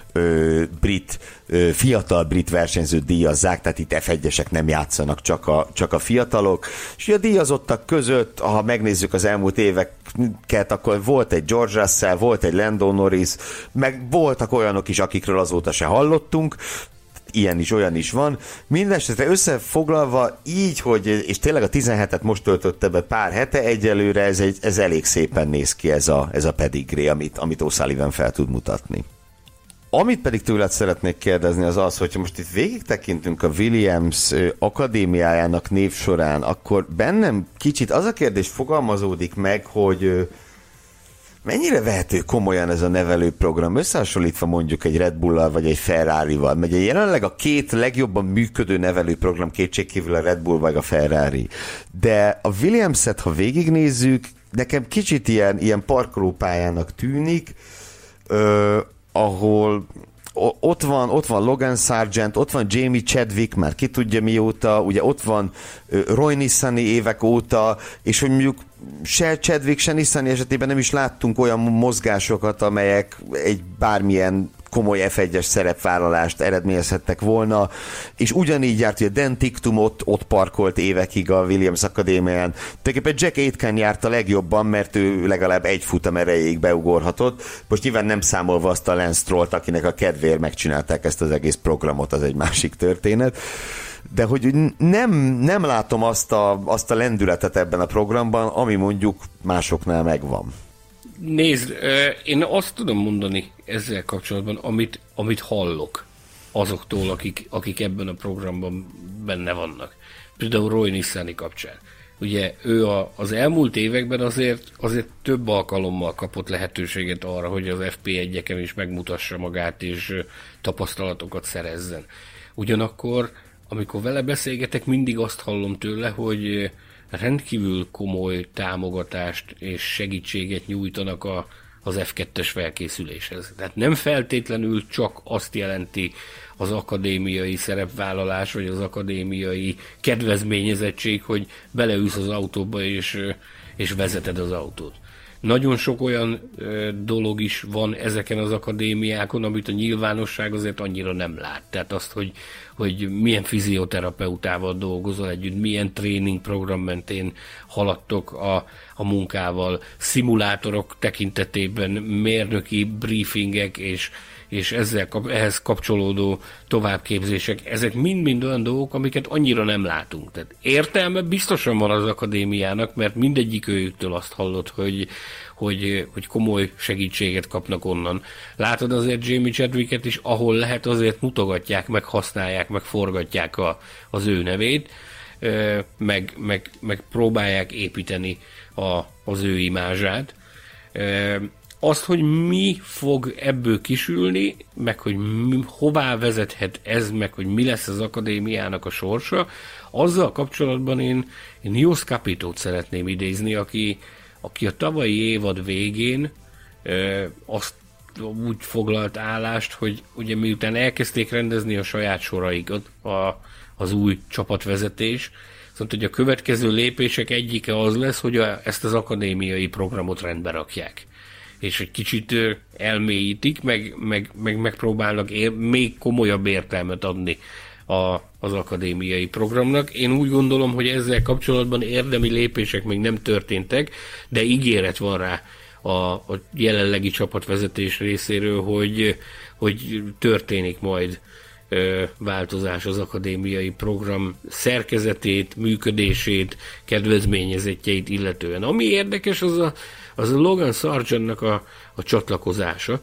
fiatal brit versenyzőt díjazzák, tehát itt F1-esek nem játszanak, csak a fiatalok. És a díjazottak között, ha megnézzük az elmúlt éveket, akkor volt egy George Russell, volt egy Lando Norris, meg voltak olyanok is, akikről azóta se hallottunk, ilyen is, olyan is van. Mindenesetre összefoglalva így, hogy, és tényleg a 17-et most töltötte be pár hete, egyelőre ez elég szépen néz ki ez a pedigree, amit O'Sullivan fel tud mutatni. Amit pedig tőled szeretnék kérdezni az az, hogyha most itt végig tekintünk a Williams akadémiájának névsorán, akkor bennem kicsit az a kérdés fogalmazódik meg, hogy mennyire vehető komolyan ez a nevelőprogram, összehasonlítva mondjuk egy Red Bull-al vagy egy Ferrari-val? Mert jelenleg a 2 legjobban működő nevelőprogram kétségkívül a Red Bull vagy a Ferrari. De a Williams-et, ha végignézzük, nekem kicsit ilyen parkolópályának tűnik, ahol ott van Logan Sargent, ott van Jamie Chadwick, már ki tudja mióta, ugye ott van Roy Nissany évek óta, és hogy mondjuk se Chadwick, se Nissany esetében nem is láttunk olyan mozgásokat, amelyek egy bármilyen komoly F1-es szerepvállalást eredményezhettek volna, és ugyanígy járt, hogy a Dan Ticktum ott parkolt évekig a Williams Akadémián. Tulajdonképpen Jack Aitken járt a legjobban, mert ő legalább egy futam erejéig beugorhatott. Most nyilván nem számolva azt a Lance Strollt, akinek a kedvéért megcsinálták ezt az egész programot, az egy másik történet. De hogy nem látom azt a lendületet ebben a programban, ami mondjuk másoknál megvan. Nézd, én azt tudom mondani ezzel kapcsolatban, amit hallok azoktól, akik ebben a programban benne vannak. Például Roy Nissany kapcsán. Ugye ő az elmúlt években azért több alkalommal kapott lehetőséget arra, hogy az FP1-eken is megmutassa magát, és tapasztalatokat szerezzen. Ugyanakkor, amikor vele beszélgetek, mindig azt hallom tőle, hogy rendkívül komoly támogatást és segítséget nyújtanak az F2-es felkészüléshez. Tehát nem feltétlenül csak azt jelenti az akadémiai szerepvállalás, vagy az akadémiai kedvezményezettség, hogy beleülsz az autóba és vezeted az autót. Nagyon sok olyan dolog is van ezeken az akadémiákon, amit a nyilvánosság azért annyira nem lát. Tehát azt, hogy milyen fizioterapeutával dolgozol együtt, milyen tréningprogram mentén haladtok a munkával, szimulátorok tekintetében, mérnöki briefingek és ehhez kapcsolódó továbbképzések, ezek mind-mind olyan dolgok, amiket annyira nem látunk. Tehát értelme biztosan van az akadémiának, mert mindegyik őjüktől azt hallott, hogy komoly segítséget kapnak onnan. Látod azért Jamie Chadwicket is, ahol lehet, azért mutogatják, meg használják, meg forgatják az ő nevét, meg próbálják építeni az ő imázsát. Azt, hogy mi fog ebből kisülni, meg hogy hová vezethet ez, meg hogy mi lesz az akadémiának a sorsa, azzal kapcsolatban én Jos Capitót szeretném idézni, aki a tavalyi évad végén azt úgy foglalt állást, hogy ugye miután elkezdték rendezni a saját soraikat az új csapatvezetés, szóval, hogy a következő lépések egyike az lesz, hogy ezt az akadémiai programot rendbe rakják. És egy kicsit elmélyítik, meg megpróbálnak még komolyabb értelmet adni az akadémiai programnak. Én úgy gondolom, hogy ezzel kapcsolatban érdemi lépések még nem történtek, de ígéret van rá a jelenlegi csapatvezetés részéről, hogy történik majd változás az akadémiai program szerkezetét, működését, kedvezményezettjeit illetően. Ami érdekes, az a Logan Sargentnak a csatlakozása.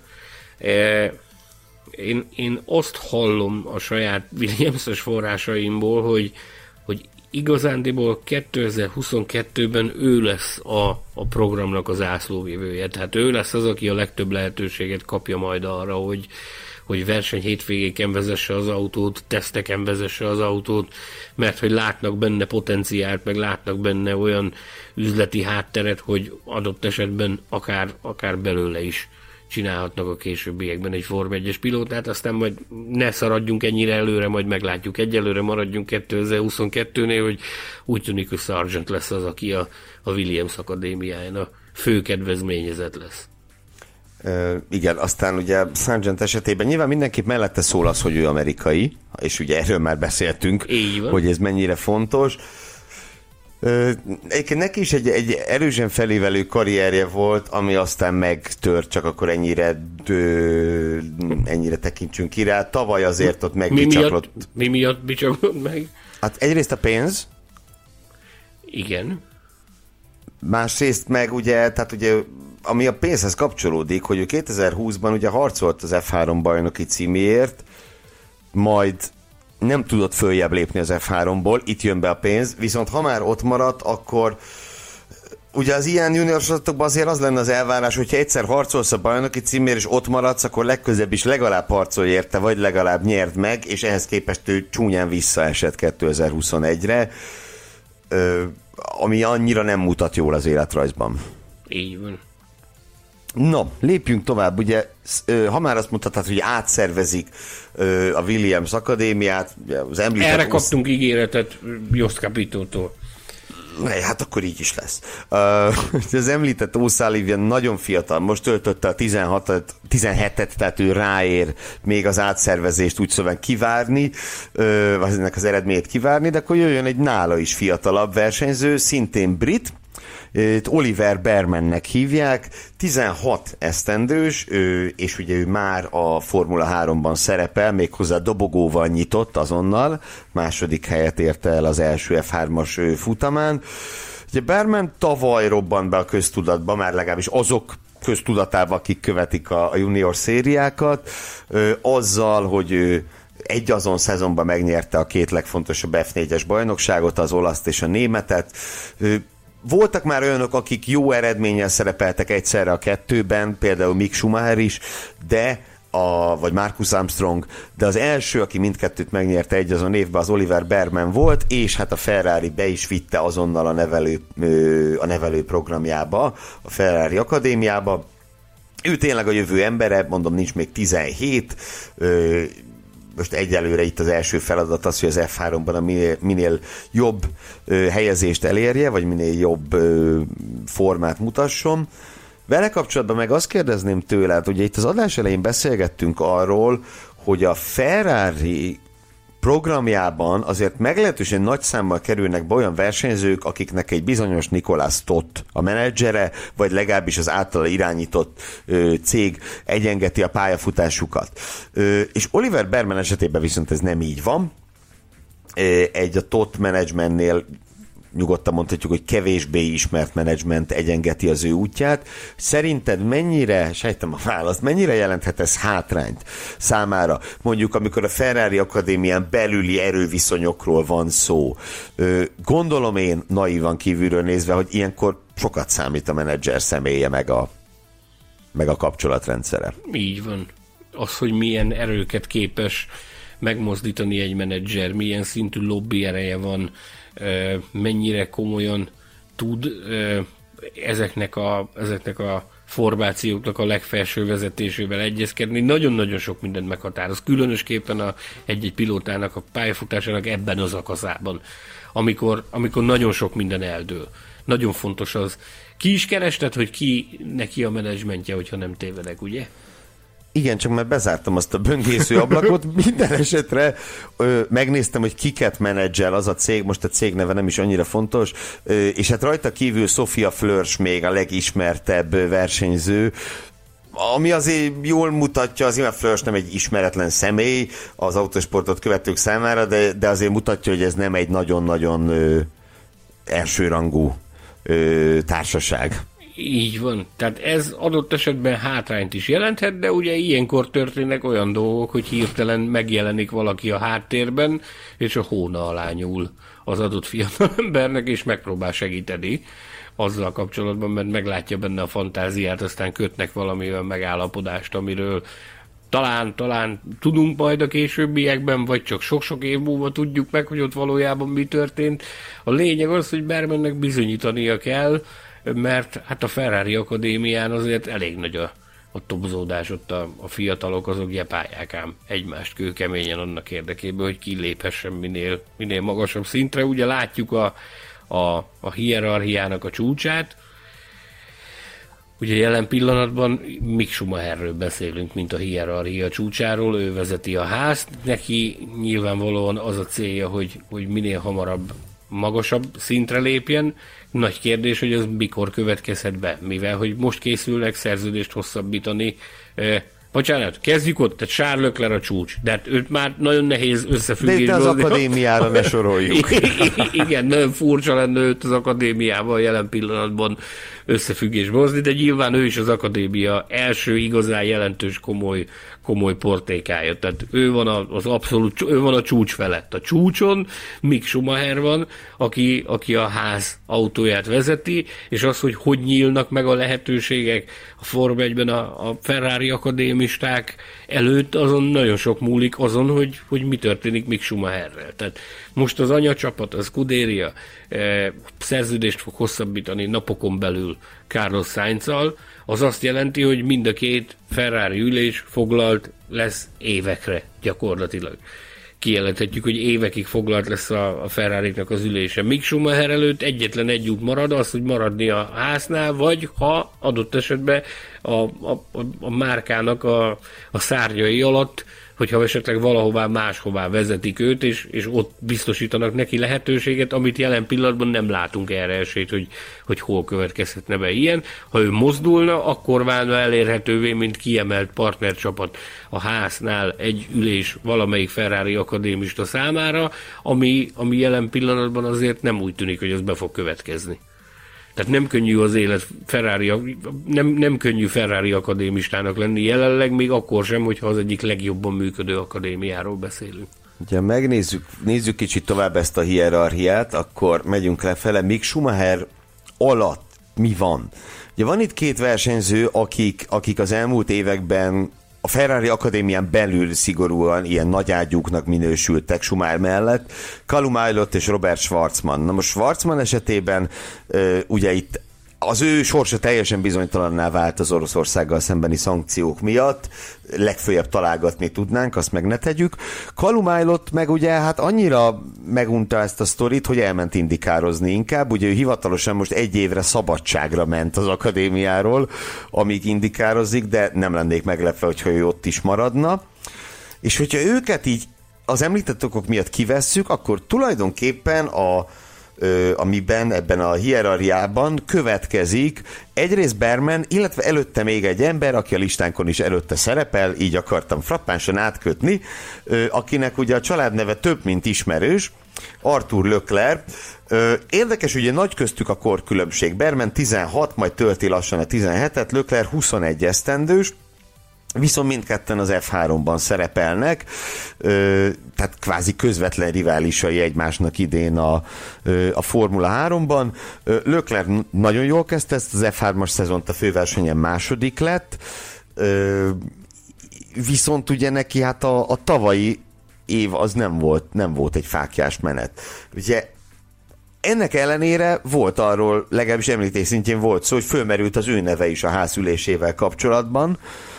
Én azt hallom a saját Williams-es forrásaimból, hogy igazándiból 2022-ben ő lesz a programnak az zászlóvivője. Tehát ő lesz az, aki a legtöbb lehetőséget kapja majd arra, hogy verseny hétvégéken vezesse az autót, teszteken vezesse az autót, mert hogy látnak benne potenciált, meg látnak benne olyan üzleti hátteret, hogy adott esetben akár belőle is csinálhatnak a későbbiekben egy Form 1-es pilótát, aztán majd ne szaradjunk ennyire előre, majd meglátjuk. Egyelőre maradjunk 2022-nél, hogy úgy tűnik, hogy Sargent lesz az, aki a Williams Akadémiáján a fő kedvezményezett lesz. Igen, aztán ugye Sargent esetében nyilván mindenképp mellette szól az, hogy ő amerikai, és ugye erről már beszéltünk, hogy ez mennyire fontos. Egyébként neki is egy erősen felévelő karrierje volt, ami aztán megtört, csak akkor ennyire tekintsünk ki rá. Tavaly azért ott megbicsaklott. Mi miatt bicsaklott meg? Hát egyrészt a pénz. Igen. Másrészt meg ugye, tehát ugye ami a pénzhez kapcsolódik, hogy ő 2020-ban ugye harcolt az F3 bajnoki címéért, majd nem tudott följebb lépni az F3-ból, itt jön be a pénz, viszont ha már ott maradt, akkor ugye az ilyen junior sorozatokban azért az lenne az elvárás, hogyha egyszer harcolsz a bajnoki címért, és ott maradsz, akkor legközebb is legalább harcolj érte, vagy legalább nyerd meg, és ehhez képest ő csúnyán visszaesett 2021-re, ami annyira nem mutat jól az életrajzban. Így van. No, lépjünk tovább. Ugye, ha már azt mondhatod, hogy átszervezik a Williams Akadémiát, az említett... Erre kaptunk ígéretet Jost Capitótól. Hát akkor így is lesz. Az említett O'Sullivan nagyon fiatal, most töltötte a 17-et, tehát ő ráér még az átszervezést úgy szóval kivárni, vagy ennek az eredményét kivárni, de akkor jöjjön egy nála is fiatalabb versenyző, szintén brit, Oliver Bearmannek hívják, 16 esztendős, és ugye ő már a Formula 3-ban szerepel, méghozzá dobogóval nyitott azonnal, második helyet érte el az első F3-as futamán. Ugye Bearman tavaly robbant be a köztudatba, már legalábbis azok köztudatába, akik követik a junior szériákat, azzal, hogy ő egy azon szezonban megnyerte a két legfontosabb F4-es bajnokságot, az olaszt és a németet. Voltak már olyanok, akik jó eredménnyel szerepeltek egyszerre a kettőben, például Mick Schumacher is, vagy Marcus Armstrong, de az első, aki mindkettőt megnyerte egy azon évben, az Oliver Bearman volt, és hát a Ferrari be is vitte azonnal a nevelő programjába, a Ferrari Akadémiába. Ő tényleg a jövő embere, mondom, nincs még 17, most egyelőre itt az első feladat az, hogy az F3-ban minél jobb helyezést elérje, vagy minél jobb formát mutasson. Vele kapcsolatban meg azt kérdezném tőled, ugye itt az adás elején beszélgettünk arról, hogy a Ferrari programjában azért meglehetősen nagy számmal kerülnek be olyan versenyzők, akiknek egy bizonyos Nicolas Tott a menedzsere, vagy legalábbis az általa irányított cég egyengeti a pályafutásukat. És Oliver Bearman esetében viszont ez nem így van. A Tott menedzsmentnél nyugodtan mondhatjuk, hogy kevésbé ismert menedzsment egyengeti az ő útját. Szerinted mennyire, sejtem a választ, mennyire jelenthet ez hátrányt számára? Mondjuk, amikor a Ferrari Akadémián belüli erőviszonyokról van szó. Gondolom én, naívan kívülről nézve, hogy ilyenkor sokat számít a menedzser személye, meg a kapcsolatrendszere. Így van. Az, hogy milyen erőket képes megmozdítani egy menedzser, milyen szintű lobby ereje van, mennyire komolyan tud ezeknek a formációknak a legfelső vezetésével egyezkedni. Nagyon-nagyon sok mindent meghatároz, különösképpen egy-egy pilótának a pályafutásának ebben az szakaszában, amikor nagyon sok minden eldől. Nagyon fontos az. Ki is kerested, hogy ki neki a menedzsmentje, hogyha nem tévedek, ugye? Igen, csak már bezártam azt a böngésző ablakot, minden esetre megnéztem, hogy kiket menedzsel az a cég, most a cég neve nem is annyira fontos, és hát rajta kívül Sophia Flörsch még a legismertebb versenyző, ami azért jól mutatja, az Ima Flörsch nem egy ismeretlen személy az autósportot követők számára, de azért mutatja, hogy ez nem egy nagyon-nagyon elsőrangú társaság. Így van. Tehát ez adott esetben hátrányt is jelenthet, de ugye ilyenkor történnek olyan dolgok, hogy hirtelen megjelenik valaki a háttérben, és a hóna alá nyúl az adott fiatalembernek, és megpróbál segíteni azzal kapcsolatban, mert meglátja benne a fantáziát, aztán kötnek valamivel megállapodást, amiről talán tudunk majd a későbbiekben, vagy csak sok-sok év múlva tudjuk meg, hogy ott valójában mi történt. A lényeg az, hogy Bearmannek bizonyítania kell, mert hát a Ferrari Akadémián azért elég nagy a tobzódás, ott a fiatalok azok gyepálják ám egymást kőkeményen annak érdekében, hogy kiléphessen minél magasabb szintre. Ugye látjuk a hierarchiának a csúcsát. Ugye jelen pillanatban Mick Schumacherről beszélünk, mint a hierarchia csúcsáról, ő vezeti a házt, neki nyilvánvalóan az a célja, hogy minél hamarabb magasabb szintre lépjen. Nagy kérdés, hogy ez mikor következhet be, mivel hogy most készülnek szerződést hosszabbítani. Bocsánat, kezdjük ott, tehát Charles Leclerc a csúcs, de hát őt már nagyon nehéz összefüggésbe. De itt az akadémiára ne soroljuk. Igen, nagyon furcsa lenne őt az akadémiával jelen pillanatban összefüggésbe hozni, de nyilván ő is az akadémia első igazán jelentős komoly portékája. Tehát ő van ő van a csúcs felett. A csúcson Mick Schumacher van, aki a ház autóját vezeti, és az, hogy nyílnak meg a lehetőségek a Forma 1-ben a Ferrari akadémisták előtt, azon nagyon sok múlik azon, hogy mi történik Mick Schumacherrel. Tehát most az anyacsapat, az Scuderia szerződést fog hosszabbítani napokon belül Carlos Sainzzal, az azt jelenti, hogy mind a két Ferrari ülés foglalt lesz évekre gyakorlatilag. Kijelenthetjük, hogy évekig foglalt lesz a Ferrari-nak az ülése. Mick Schumacher előtt egyetlen egy út marad, az, hogy maradni a háznál, vagy ha adott esetben a márkának a szárnyai alatt, hogyha esetleg valahová máshová vezetik őt, és ott biztosítanak neki lehetőséget, amit jelen pillanatban nem látunk erre esélyt, hogy hol következhetne be ilyen. Ha ő mozdulna, akkor válna elérhetővé, mint kiemelt partnercsapat a háznál egy ülés valamelyik Ferrari akadémista számára, ami jelen pillanatban azért nem úgy tűnik, hogy az be fog következni. Tehát nem könnyű az élet nem könnyű Ferrari akadémistának lenni jelenleg, még akkor sem, hogyha az egyik legjobban működő akadémiáról beszélünk. Ha nézzük kicsit tovább ezt a hierarchiát, akkor megyünk lefele. Mick Schumacher alatt mi van? Ugye van itt két versenyző, akik az elmúlt években a Ferrari Akadémián belül szigorúan ilyen nagyágyúknak minősültek Schumacher mellett, Callum Ilott és Robert Schwarzman. Na most Schwarzman esetében ugye itt az ő sorsa teljesen bizonytalanná vált az Oroszországgal szembeni szankciók miatt, legfőjebb találgatni tudnánk, azt meg ne tegyük. Callum Ilott meg ugye hát annyira megunta ezt a sztorit, hogy elment indikározni inkább, ugye ő hivatalosan most egy évre szabadságra ment az akadémiáról, amíg indikározik, de nem lennék meglepve, hogyha ő ott is maradna. És hogyha őket így az említett okok miatt kivesszük, akkor tulajdonképpen amiben ebben a hierarchiában következik egyrészt Berman, illetve előtte még egy ember, aki a listánkon is előtte szerepel, így akartam frappánsan átkötni, akinek ugye a családneve több, mint ismerős, Arthur Leclerc. Érdekes, ugye nagy köztük a korkülönbség. Berman 16, majd tölti lassan a 17-et, Leclerc 21 esztendős, viszont mindketten az F3-ban szerepelnek, tehát kvázi közvetlen riválisai egymásnak idén a Formula 3-ban. Leclerc nagyon jól kezdte ezt az F3-as szezont, a főversenyen második lett, viszont ugye neki hát a tavalyi év az nem volt egy fáklyás menet. Ugye ennek ellenére volt arról, legalábbis említés szintjén volt szó, hogy fölmerült az ő neve is a házülésével kapcsolatban.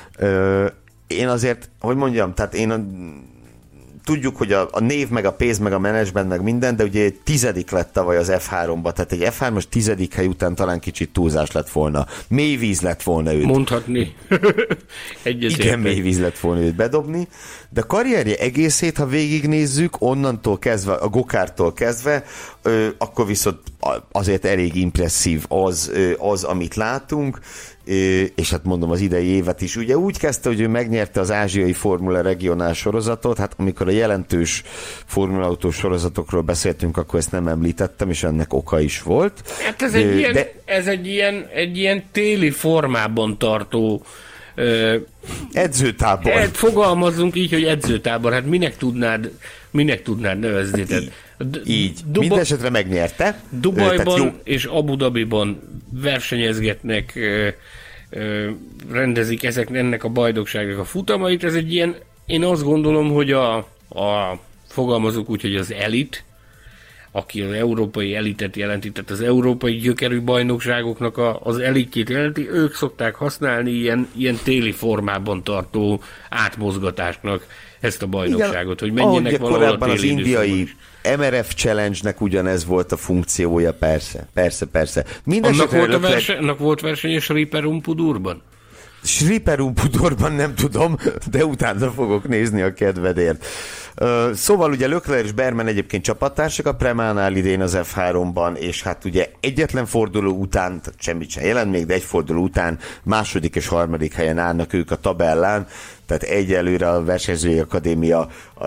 Én azért, hogy mondjam, tehát tudjuk, hogy a név, meg a pénz, meg a menedzsment, meg minden, de ugye 10. lett tavaly az F3-ba, tehát egy F3-as 10. hely után talán kicsit túlzás lett volna. Mély víz lett volna őt. Mondhatni. Igen, mély víz lett volna őt bedobni, de a karrierje egészét, ha végignézzük, onnantól kezdve, a gokártól kezdve, akkor viszont azért elég impresszív az, amit látunk, és hát mondom az idei évet is. Ugye úgy kezdte, hogy ő megnyerte az ázsiai Formula regionál sorozatot, hát amikor a jelentős Formula Autó sorozatokról beszéltünk, akkor ezt nem említettem, és ennek oka is volt. Hát ez egy ilyen téli formában tartó edzőtábor. Fogalmazzunk így, hogy edzőtábor. Hát minek tudnád nevezni? Így. Mindenesetre megnyerte. Dubajban és Abu Dhabiban versenyezgetnek, rendezik ennek a bajnokságnak a futamait. Ez egy ilyen, én azt gondolom, hogy fogalmazunk úgy, hogy az elit, aki az európai elitet jelenti, tehát az európai gyökerű bajnokságoknak az elitjét jelenti, ők szokták használni ilyen téli formában tartó átmozgatásnak ezt a bajnokságot, hogy menjenek valahol a téli az indiai MRF Challenge-nek ugyanez volt a funkciója, persze. Annak volt verseny a Sriperumpudurban? Sriperumpudurban nem tudom, de utána fogok nézni a kedvedért. Szóval ugye Leclerc és Berman egyébként csapattársak a Premánál idén az F3-ban, és hát ugye egyetlen forduló után, semmit sem jelent még, de egy forduló után második és harmadik helyen állnak ők a tabellán, tehát egyelőre a Versenyzői Akadémia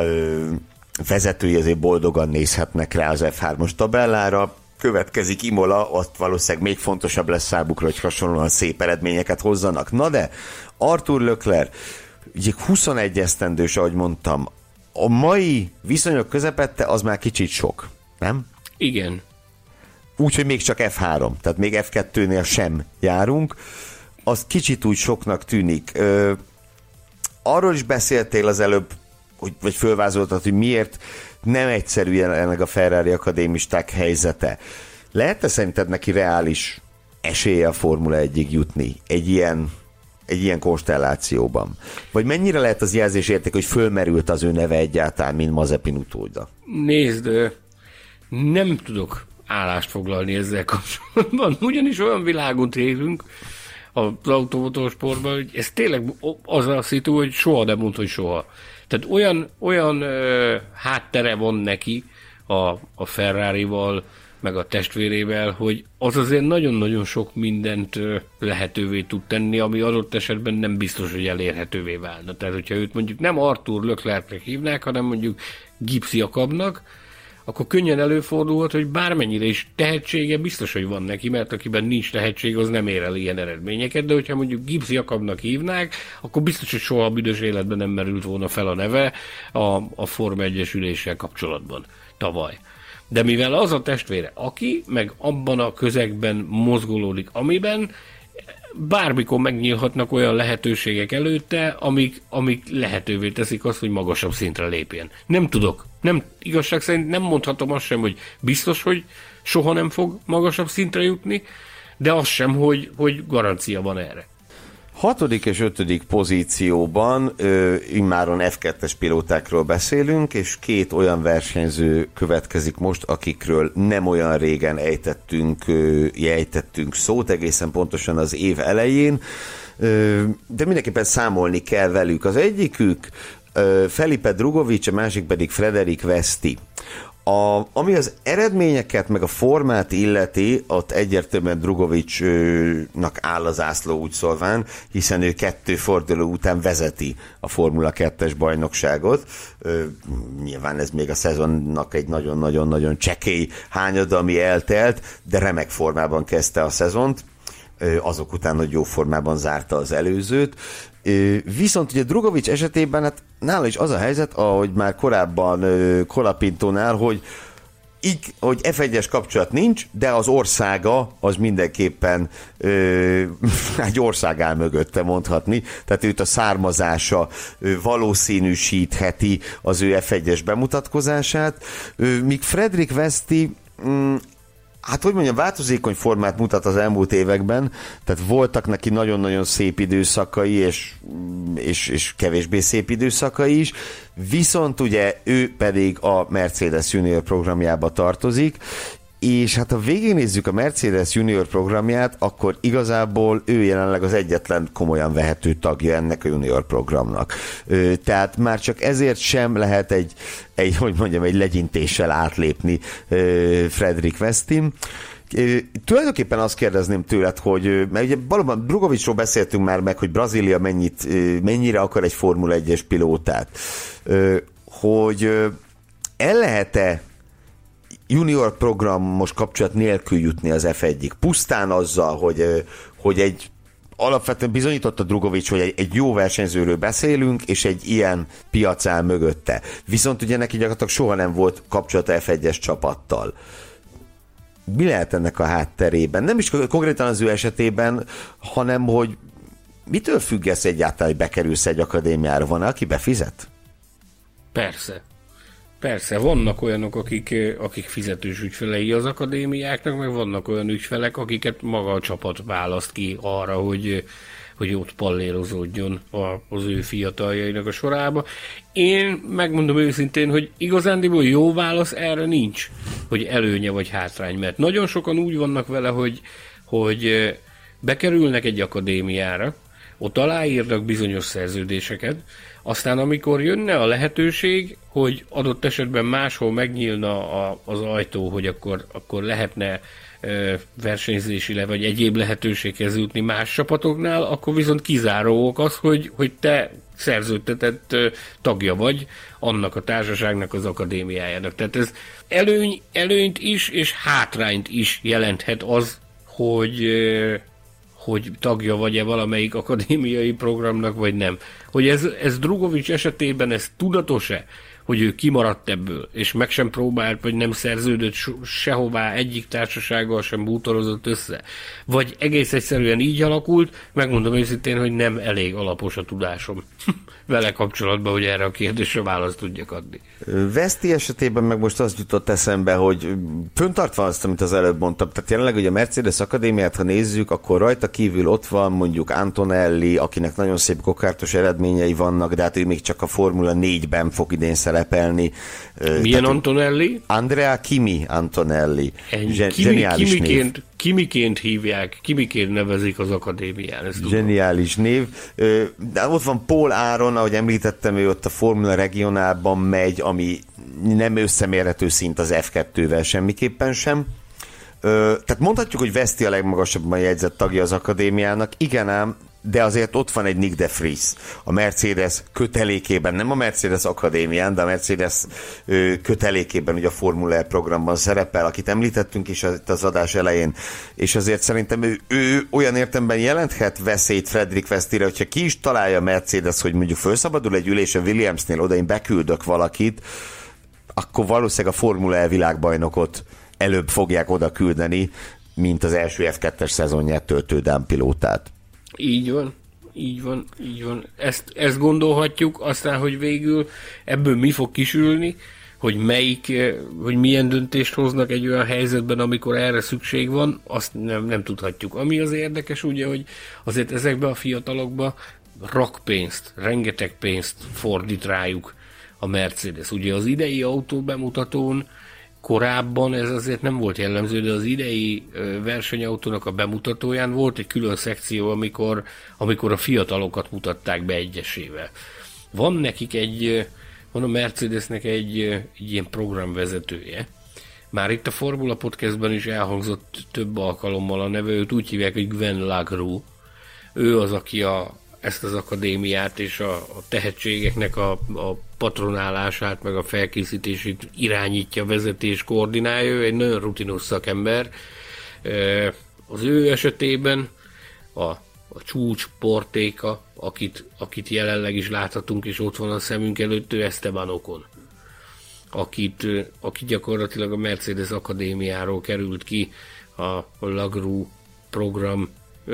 vezetői azért boldogan nézhetnek rá az F3-os tabellára. Következik Imola, ott valószínűleg még fontosabb lesz számukra, hogy hasonlóan szép eredményeket hozzanak. Na de, Arthur Leclerc, ugye 21 esztendős, ahogy mondtam, a mai viszonyok közepette az már kicsit sok, nem? Igen. Úgyhogy még csak F3, tehát még F2-nél sem járunk. Az kicsit úgy soknak tűnik. Arról is beszéltél az előbb, vagy fölvázoltad, hogy miért nem egyszerű jelenleg a Ferrari akadémisták helyzete. Lehet-e szerinted neki reális esélye a Formula 1-ig jutni egy ilyen konstellációban? Vagy mennyire lehet az jelzésérték, hogy fölmerült az ő neve egyáltalán, mint Mazepin utóda? Nézd, nem tudok állást foglalni ezzel kapcsolatban, ugyanis olyan világon élünk az automotorsportban, hogy ez tényleg az a szitu, hogy soha nem mond, hogy soha. Tehát olyan háttere van neki a Ferrarival, meg a testvérével, hogy az azért nagyon-nagyon sok mindent lehetővé tud tenni, ami adott esetben nem biztos, hogy elérhetővé válna. Tehát, hogyha őt mondjuk nem Arthur Leclercnek hívnák, hanem mondjuk Gibbs Jakabnak, akkor könnyen előfordulhat, hogy bármennyire is tehetsége biztos, hogy van neki, mert akiben nincs tehetség, az nem ér el ilyen eredményeket, de hogyha mondjuk Gibbs Jakabnak hívnák, akkor biztos, hogy soha a büdös életben nem merült volna fel a neve a Forma 1-es üléssel kapcsolatban tavaly. De mivel az a testvére, aki meg abban a közegben mozgolódik, amiben bármikor megnyílhatnak olyan lehetőségek előtte, amik lehetővé teszik azt, hogy magasabb szintre lépjen. Nem tudok. Igazság szerint nem mondhatom azt sem, hogy biztos, hogy soha nem fog magasabb szintre jutni, de az sem, hogy garancia van erre. 6. és 5. pozícióban immáron F2-es pilótákról beszélünk, és 2 olyan versenyző következik most, akikről nem olyan régen ejtettünk szót, egészen pontosan az év elején, de mindenképpen számolni kell velük. Az egyikük Felipe Drugovich, a másik pedig Frederik Veszti. Ami az eredményeket, meg a formát illeti, ott egyértelműen Drugovicsnak áll az zászló úgy szólván, hiszen ő 2 forduló után vezeti a Formula 2-es bajnokságot. Nyilván ez még a szezonnak egy nagyon-nagyon-nagyon csekély hányada, ami eltelt, de remek formában kezdte a szezont. Azok után, hogy jó formában zárta az előzőt. Viszont ugye Drugovics esetében hát nála is az a helyzet, ahogy már korábban Colapintónál, hogy F1-es kapcsolat nincs, de az országa az mindenképpen egy ország áll mögötte, mondhatni. Tehát őt a származása valószínűsítheti az ő F1-es bemutatkozását. Míg Frederik Veszti hát, hogy mondjam, változékony formát mutat az elmúlt években, tehát voltak neki nagyon-nagyon szép időszakai, és kevésbé szép időszakai is, viszont ugye ő pedig a Mercedes Junior programjába tartozik, és hát ha végignézzük a Mercedes Junior programját, akkor igazából ő jelenleg az egyetlen komolyan vehető tagja ennek a junior programnak. Tehát már csak ezért sem lehet egy legyintéssel átlépni Frederik Vesztin. Tulajdonképpen azt kérdezném tőled, hogy mert ugye valóban Drugovicsról beszéltünk már meg, hogy Brazília mennyire akar egy Formula 1-es pilótát, hogy el lehet-e junior programos kapcsolat nélkül jutni az F1-ig. Pusztán azzal, hogy egy alapvetően bizonyította Drugovics, hogy egy jó versenyzőről beszélünk, és egy ilyen piac áll mögötte. Viszont ugye neki gyakorlatilag soha nem volt kapcsolata F1-es csapattal. Mi lehet ennek a hátterében? Nem is konkrétan az ő esetében, hanem hogy mitől függesz egyáltalán, hogy bekerülsz egy akadémiára? Van, aki befizet? Persze, vannak olyanok, akik fizetős ügyfelei az akadémiáknak, meg vannak olyan ügyfelek, akiket maga a csapat választ ki arra, hogy ott pallérozódjon az ő fiataljainak a sorába. Én megmondom őszintén, hogy igazándiból jó válasz erre nincs, hogy előnye vagy hátrány, mert nagyon sokan úgy vannak vele, hogy bekerülnek egy akadémiára, ott aláírnak bizonyos szerződéseket, aztán amikor jönne a lehetőség, hogy adott esetben máshol megnyílna az ajtó, hogy akkor lehetne versenyzési vagy egyéb lehetőséghez jutni más csapatoknál, akkor viszont kizáróak az, hogy te szerződtetett tagja vagy annak a társaságnak, az akadémiájának. Tehát ez előnyt is és hátrányt is jelenthet az, hogy tagja vagy-e valamelyik akadémiai programnak, vagy nem. Hogy ez Drugovics esetében ez tudatos-e, hogy ő kimaradt ebből, és meg sem próbált, vagy nem szerződött sehová, egyik társasággal sem bútorozott össze. Vagy egész egyszerűen így alakult, megmondom őszintén, hogy nem elég alapos a tudásom vele kapcsolatban, hogy erre a kérdésre választ tudjak adni. Veszti esetében meg most az jutott eszembe, hogy föntartva azt, amit az előbb mondtam, tehát jelenleg, hogy a Mercedes Akadémiát, ha nézzük, akkor rajta kívül ott van mondjuk Antonelli, akinek nagyon szép gokártos eredményei vannak, de hát ő még csak a Formula 4-ben fog idén szerepelni. Milyen Antonelli? Andrea Kimi Antonelli. Zseniális név. Kimiként hívják, Kimiként nevezik az akadémián. Zseniális név. De ott van Paul Aron, ahogy említettem, ő ott a Formula Regionálban megy, ami nem összemérhető szint az F2-vel semmiképpen sem. Tehát mondhatjuk, hogy Veszti a legmagasabban jegyzett tagja az akadémiának. Igen ám, de azért ott van egy Nick de Vries a Mercedes kötelékében, nem a Mercedes Akadémián, de a Mercedes kötelékében, ugye a Formula E programban szerepel, akit említettünk is az adás elején, és azért szerintem ő olyan értelemben jelenthet veszélyt Frederick Vesztire, hogyha ki is találja a Mercedes, hogy mondjuk felszabadul egy ülés a Williamsnél, oda én beküldök valakit, akkor valószínűleg a Formula E világbajnokot előbb fogják oda küldeni, mint az első F2-es szezonját töltő Dán pilótát. Így van. Ezt gondolhatjuk, aztán, hogy végül ebből mi fog kisülni, hogy milyen döntést hoznak egy olyan helyzetben, amikor erre szükség van, azt nem tudhatjuk. Ami az érdekes, ugye, hogy azért ezekben a fiatalokban rakpénzt, rengeteg pénzt fordít rájuk a Mercedes. Ugye az idei autó bemutatón korábban ez azért nem volt jellemző, de az idei versenyautónak a bemutatóján volt egy külön szekció, amikor a fiatalokat mutatták be egyesével. Van a Mercedesnek egy ilyen programvezetője. Már itt a Formula Podcastben is elhangzott több alkalommal a neve, őt úgy hívják, hogy Gwen Lagrue. Ő az, aki ezt az akadémiát és a tehetségeknek a patronálását, meg a felkészítését irányítja, vezetés, koordinálja. Ő egy nagyon rutinos szakember. Az ő esetében a csúcs Portéka, akit jelenleg is láthatunk, és ott van a szemünk előtt, ő Esteban Ocon, aki gyakorlatilag a Mercedes Akadémiáról került ki a Lagrue program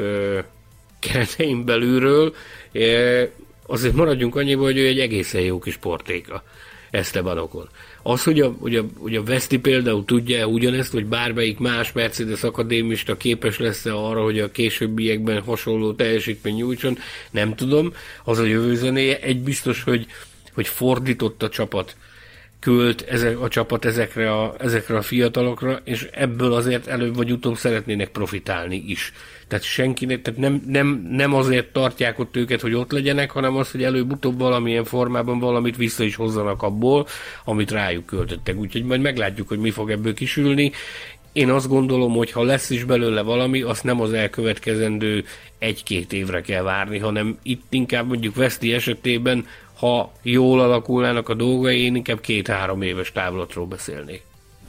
keretein belülről. Azért maradjunk annyiba, hogy ő egy egészen jó kis Portéka, Esteban Ocon. Az, hogy a Veszti például tudja ugyanezt, hogy bármelyik más Mercedes akadémista képes lesz arra, hogy a későbbiekben hasonló teljesítmény nyújtson, nem tudom. Az a jövő zenéje. Egy biztos, hogy fordított a csapat, költ a csapat ezekre a fiatalokra, és ebből azért előbb vagy utóbb szeretnének profitálni is. Tehát senkinek, tehát nem azért tartják ott őket, hogy ott legyenek, hanem az, hogy előbb-utóbb valamilyen formában valamit vissza is hozzanak abból, amit rájuk költöttek. Úgyhogy majd meglátjuk, hogy mi fog ebből kisülni. Én azt gondolom, hogy ha lesz is belőle valami, azt nem az elkövetkezendő 1-2 évre kell várni, hanem itt inkább mondjuk Veszti esetében, ha jól alakulnának a dolgai, én inkább 2-3 éves távlatról beszélnék.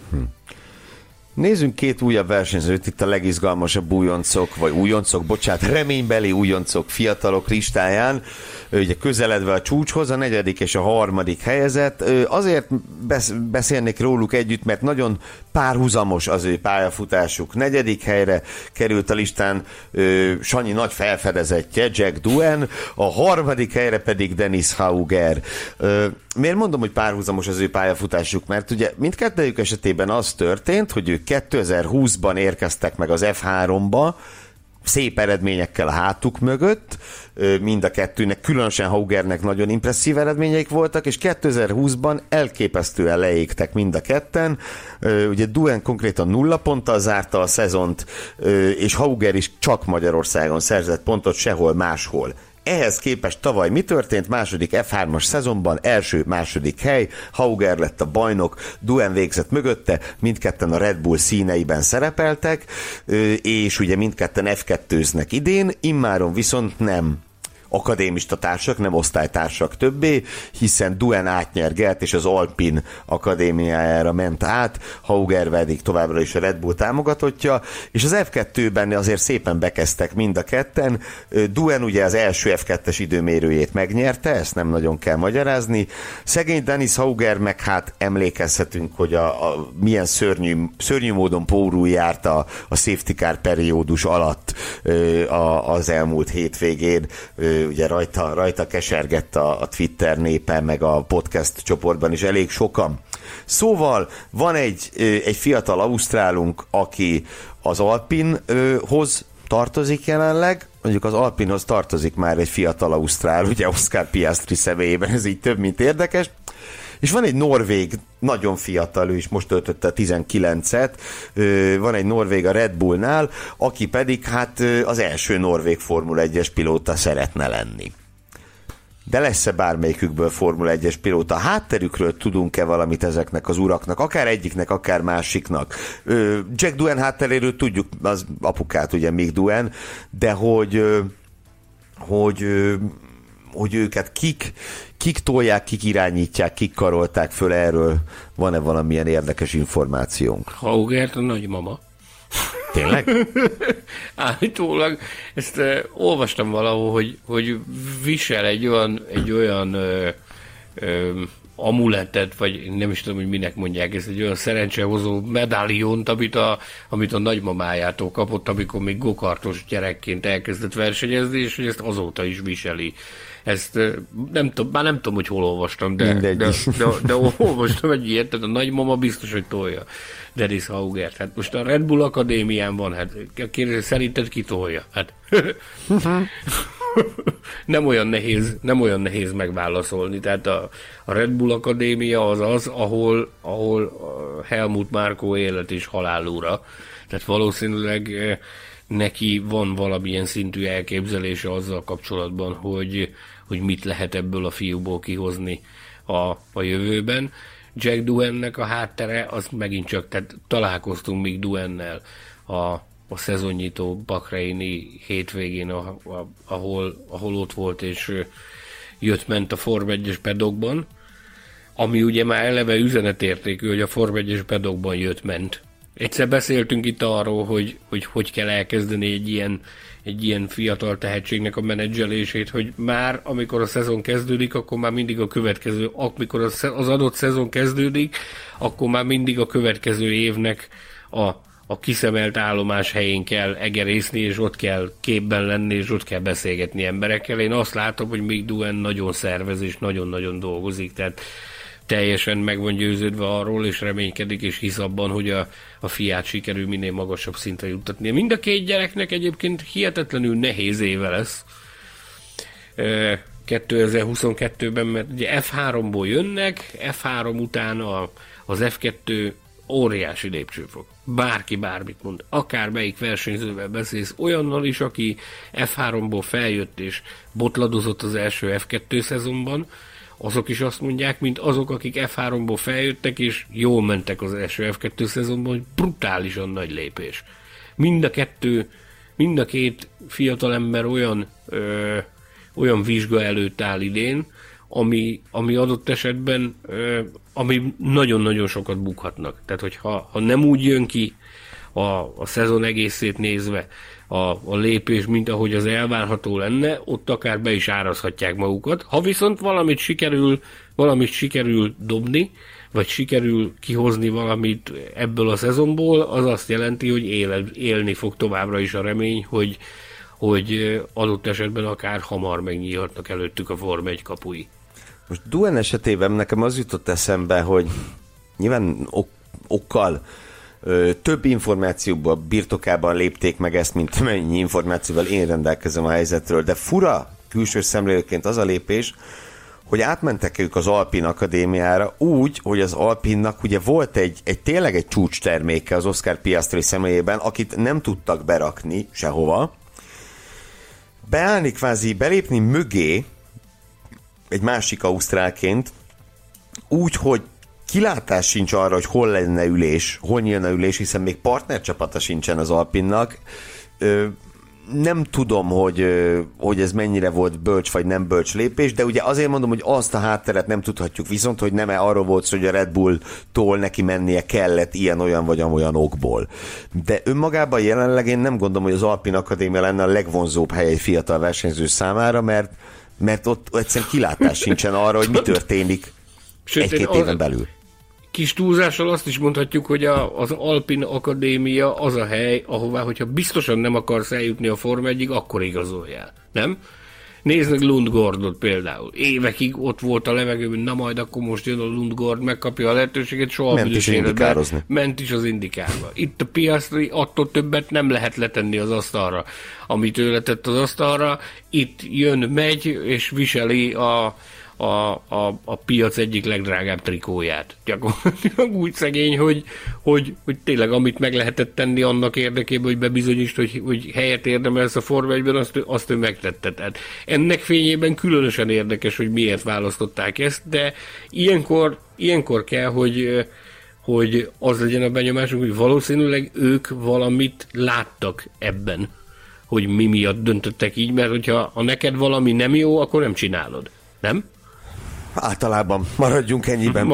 Nézzünk 2 újabb versenyzőt, itt a legizgalmasabb reménybeli újoncok, fiatalok listáján, ugye közeledve a csúcshoz, a 4. és a 3. helyezett. Azért beszélnék róluk együtt, mert nagyon párhuzamos az ő pályafutásuk. 4. helyre került a listán Sanyi nagy felfedezettje, Jack Doohan, a 3. helyre pedig Dennis Hauger. Miért mondom, hogy párhuzamos az ő pályafutásuk? Mert ugye mindkettőjük esetében az történt, hogy ők 2020-ban érkeztek meg az F3-ba, szép eredményekkel a hátuk mögött, mind a kettőnek, különösen Haugernek nagyon impresszív eredményeik voltak, és 2020-ban elképesztően leégtek mind a ketten. Ugye Doohan konkrétan 0 ponttal zárta a szezont, és Hauger is csak Magyarországon szerzett pontot, sehol máshol. Ehhez képest tavaly mi történt? Második F3-as szezonban, első-második hely, Hauger lett a bajnok, Doohan végzett mögötte, mindketten a Red Bull színeiben szerepeltek, és ugye mindketten F2-znek idén, immáron viszont nem akadémista társak, nem osztálytársak többé, hiszen Duen átnyergelt, és az Alpin akadémiájára ment át, Hauger pedig továbbra is a Red Bull támogatottja, és az F2-ben azért szépen bekezdtek mind a ketten. Duen ugye az első F2-es időmérőjét megnyerte, ezt nem nagyon kell magyarázni. Szegény Dennis Hauger meg hát emlékezhetünk, hogy a milyen szörnyű módon pórul járt a safety car periódus alatt az elmúlt hétvégén. Ugye rajta kesergett a Twitter népe, meg a podcast csoportban is elég sokan. Szóval van egy fiatal ausztrálunk, aki az Alpinhoz tartozik jelenleg, mondjuk az Alpinhoz tartozik már egy fiatal ausztrál, ugye Oscar Piastri személyében, ez így több, mint érdekes. És van egy norvég, nagyon fiatal, ő is most töltötte 19-et, van egy norvég a Red Bullnál, aki pedig hát az első norvég Formula 1-es pilóta szeretne lenni. De lesz-e bármelyikükből Formula 1-es pilóta? Hátterükről tudunk-e valamit ezeknek az uraknak? Akár egyiknek, akár másiknak. Jack Doohan hátteréről tudjuk, az apukát ugye Mick Doohan, de hogy őket kik tolják, kik irányítják, kik karolták föl, erről van-e valamilyen érdekes információnk? Haugert a nagymama. Tényleg? Állítólag ezt olvastam valahol, hogy visel egy olyan amuletet, vagy nem is tudom, hogy minek mondják, ez egy olyan szerencsehozó medáliont, amit a nagymamájától kapott, amikor még gokartos gyerekként elkezdett versenyezni, és hogy ezt azóta is viseli. Ezt már nem tudom, hogy hol olvastam, de olvastam egy ilyet, tehát a nagymama biztos, hogy tolja Dennis Haugert. Hát most a Red Bull Akadémián van, hát kérdés, szerinted ki tolja? Hát nem olyan nehéz megválaszolni. Tehát a Red Bull Akadémia az, ahol Helmut Marko élet és halálúra. Tehát valószínűleg neki van valamilyen szintű elképzelése azzal kapcsolatban, hogy mit lehet ebből a fiúból kihozni a jövőben. Jack Doohannek a háttere, az megint csak, tehát találkoztunk még Doohannel a szezonnyitó bahreini hétvégén, ahol ott volt, és jött-ment a Form 1-es pedokban, ami ugye már eleve üzenetértékű, hogy a Form 1-es pedokban jött-ment. Egyszer beszéltünk itt arról, hogy kell elkezdeni egy ilyen fiatal tehetségnek a menedzselését, hogy már amikor a szezon kezdődik, akkor már mindig amikor az adott szezon kezdődik, akkor már mindig a következő évnek a kiszemelt állomás helyén kell egerészni, és ott kell képben lenni, és ott kell beszélgetni emberekkel. Én azt látom, hogy Mick Doohan nagyon szervez, és nagyon-nagyon dolgozik, tehát teljesen meg van győződve arról, és reménykedik, és hisz abban, hogy a fiát sikerül minél magasabb szintre juttatni. Mind a két gyereknek egyébként hihetetlenül nehéz éve lesz 2022-ben, mert ugye F3-ból jönnek, F3 után az F2 óriási lépcsőfok. Bárki bármit mond. Akármelyik versenyzővel beszélsz, olyannal is, aki F3-ból feljött és botladozott az első F2 szezonban, azok is azt mondják, mint azok, akik F3-ból feljöttek, és jól mentek az első F2 szezonban, hogy brutálisan nagy lépés. Mind a két fiatalember olyan vizsga előtt áll idén, ami adott esetben, ami nagyon-nagyon sokat bukhatnak. Tehát, hogyha nem úgy jön ki a szezon egészét nézve a lépés, mint ahogy az elvárható lenne, ott akár be is árazhatják magukat. Ha viszont valamit sikerül dobni, vagy sikerül kihozni valamit ebből a szezonból, az azt jelenti, hogy élni fog továbbra is a remény, hogy adott esetben akár hamar megnyílhatnak előttük a Form 1 kapui. Most Doohan esetében nekem az jutott eszembe, hogy nyilván okkal több információban birtokában lépték meg ezt, mint mennyi információval én rendelkezem a helyzetről, de fura külső szemlélőként az a lépés, hogy átmentek ők az Alpin Akadémiára úgy, hogy az Alpinnak ugye volt tényleg egy csúcs terméke az Oscar Piastri személyében, akit nem tudtak berakni sehova, beállni kvázi, belépni mögé egy másik ausztrálként, úgy, hogy kilátás sincs arra, hogy hol nyílna ülés, hiszen még partnercsapata sincsen az Alpinnak. nem tudom, hogy ez mennyire volt bölcs vagy nem bölcs lépés, de ugye azért mondom, hogy azt a hátteret nem tudhatjuk viszont, hogy nem arról volt szó, hogy a Red Bull-tól neki mennie kellett ilyen-olyan vagy amolyan okból. De önmagában jelenleg én nem gondolom, hogy az Alpine Akadémia lenne a legvonzóbb hely egy fiatal versenyző számára, mert ott egyszerűen kilátás sincsen arra, hogy mi történik egy-két éven belül. Kis túlzással azt is mondhatjuk, hogy az Alpine Akadémia az a hely, ahová, hogyha biztosan nem akarsz eljutni a Forma 1-ig, akkor igazoljál. Nem? Nézd meg Lundgaardot például. Évekig ott volt a levegőben, na majd akkor most jön a Lundgaard, megkapja a lehetőséget, soha büdös életben. Ment is az Indikárba. Itt a Piastri attól többet nem lehet letenni az asztalra, amit ő letett az asztalra. Itt jön, megy, és viseli a piac egyik legdrágább trikóját. Gyakorlatilag úgy szegény, hogy tényleg amit meg lehetett tenni annak érdekében, hogy bebizonyítsd, hogy helyet érdemelsz a Forma 1-ben, azt ő megtette. Tehát ennek fényében különösen érdekes, hogy miért választották ezt, de ilyenkor kell, hogy az legyen a benyomásunk, hogy valószínűleg ők valamit láttak ebben, hogy mi miatt döntöttek így, mert hogyha neked valami nem jó, akkor nem csinálod. Nem? Általában maradjunk ennyiben.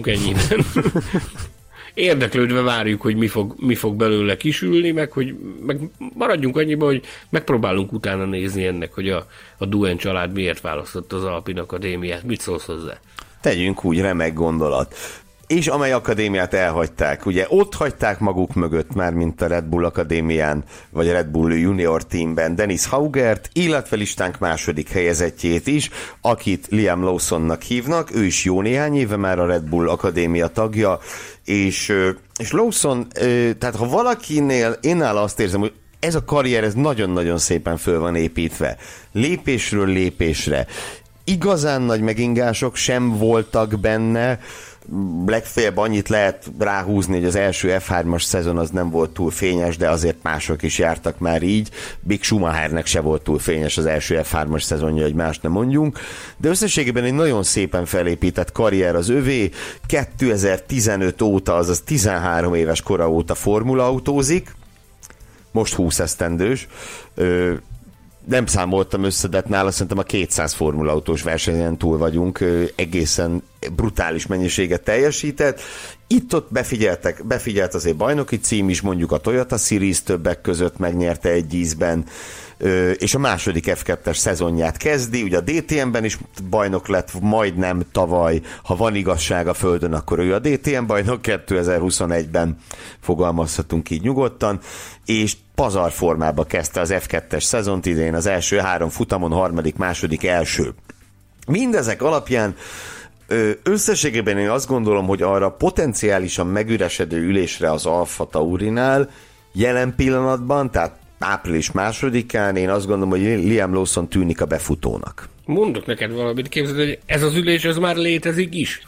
Érdeklődve várjuk, hogy mi fog belőle kisülni, meg maradjunk annyiban, hogy megpróbálunk utána nézni ennek, hogy a Duen család miért választott az Alpine Akadémiát. Mit szólsz hozzá? Tegyünk úgy, remek gondolat. És amely akadémiát elhagyták, ugye ott hagyták maguk mögött már, mint a Red Bull Akadémián, vagy a Red Bull Junior Teamben Dennis Haugert, illetve listánk második helyezettjét is, akit Liam Lawsonnak hívnak, ő is jó néhány éve már a Red Bull Akadémia tagja, és Lawson, tehát ha valakinél, én nála azt érzem, hogy ez a karrier, ez nagyon-nagyon szépen föl van építve. Lépésről lépésre. Igazán nagy megingások sem voltak benne, legfeljebb annyit lehet ráhúzni, hogy az első F3-as szezon az nem volt túl fényes, de azért mások is jártak már így. Big Schumachernek se volt túl fényes az első F3-as szezonja, hogy más nem mondjunk. De összességében egy nagyon szépen felépített karrier az övé. 2015 óta, azaz 13 éves kora óta formula autózik. Most 20 esztendős. Nem számoltam össze, de nála szerintem a 200 formulaautós versenyen túl vagyunk, egészen brutális mennyiséget teljesített. Itt-ott befigyelt azért bajnoki cím is, mondjuk a Toyota Series többek között megnyerte egy ízben, és a második F2-es szezonját kezdi, ugye a DTM-ben is bajnok lett majdnem tavaly, ha van igazság a földön, akkor ő a DTM bajnok, 2021-ben fogalmazhatunk így nyugodtan, és pazar formába kezdte az F2-es szezont idén, az első 3 futamon, harmadik, második, első. Mindezek alapján összességében én azt gondolom, hogy arra potenciálisan megüresedő ülésre az Alfa Taurinál jelen pillanatban, tehát április 2-án én azt gondolom, hogy Liam Lawson tűnik a befutónak. Mondok neked valamit, képzeld, hogy ez az ülés, ez már létezik is.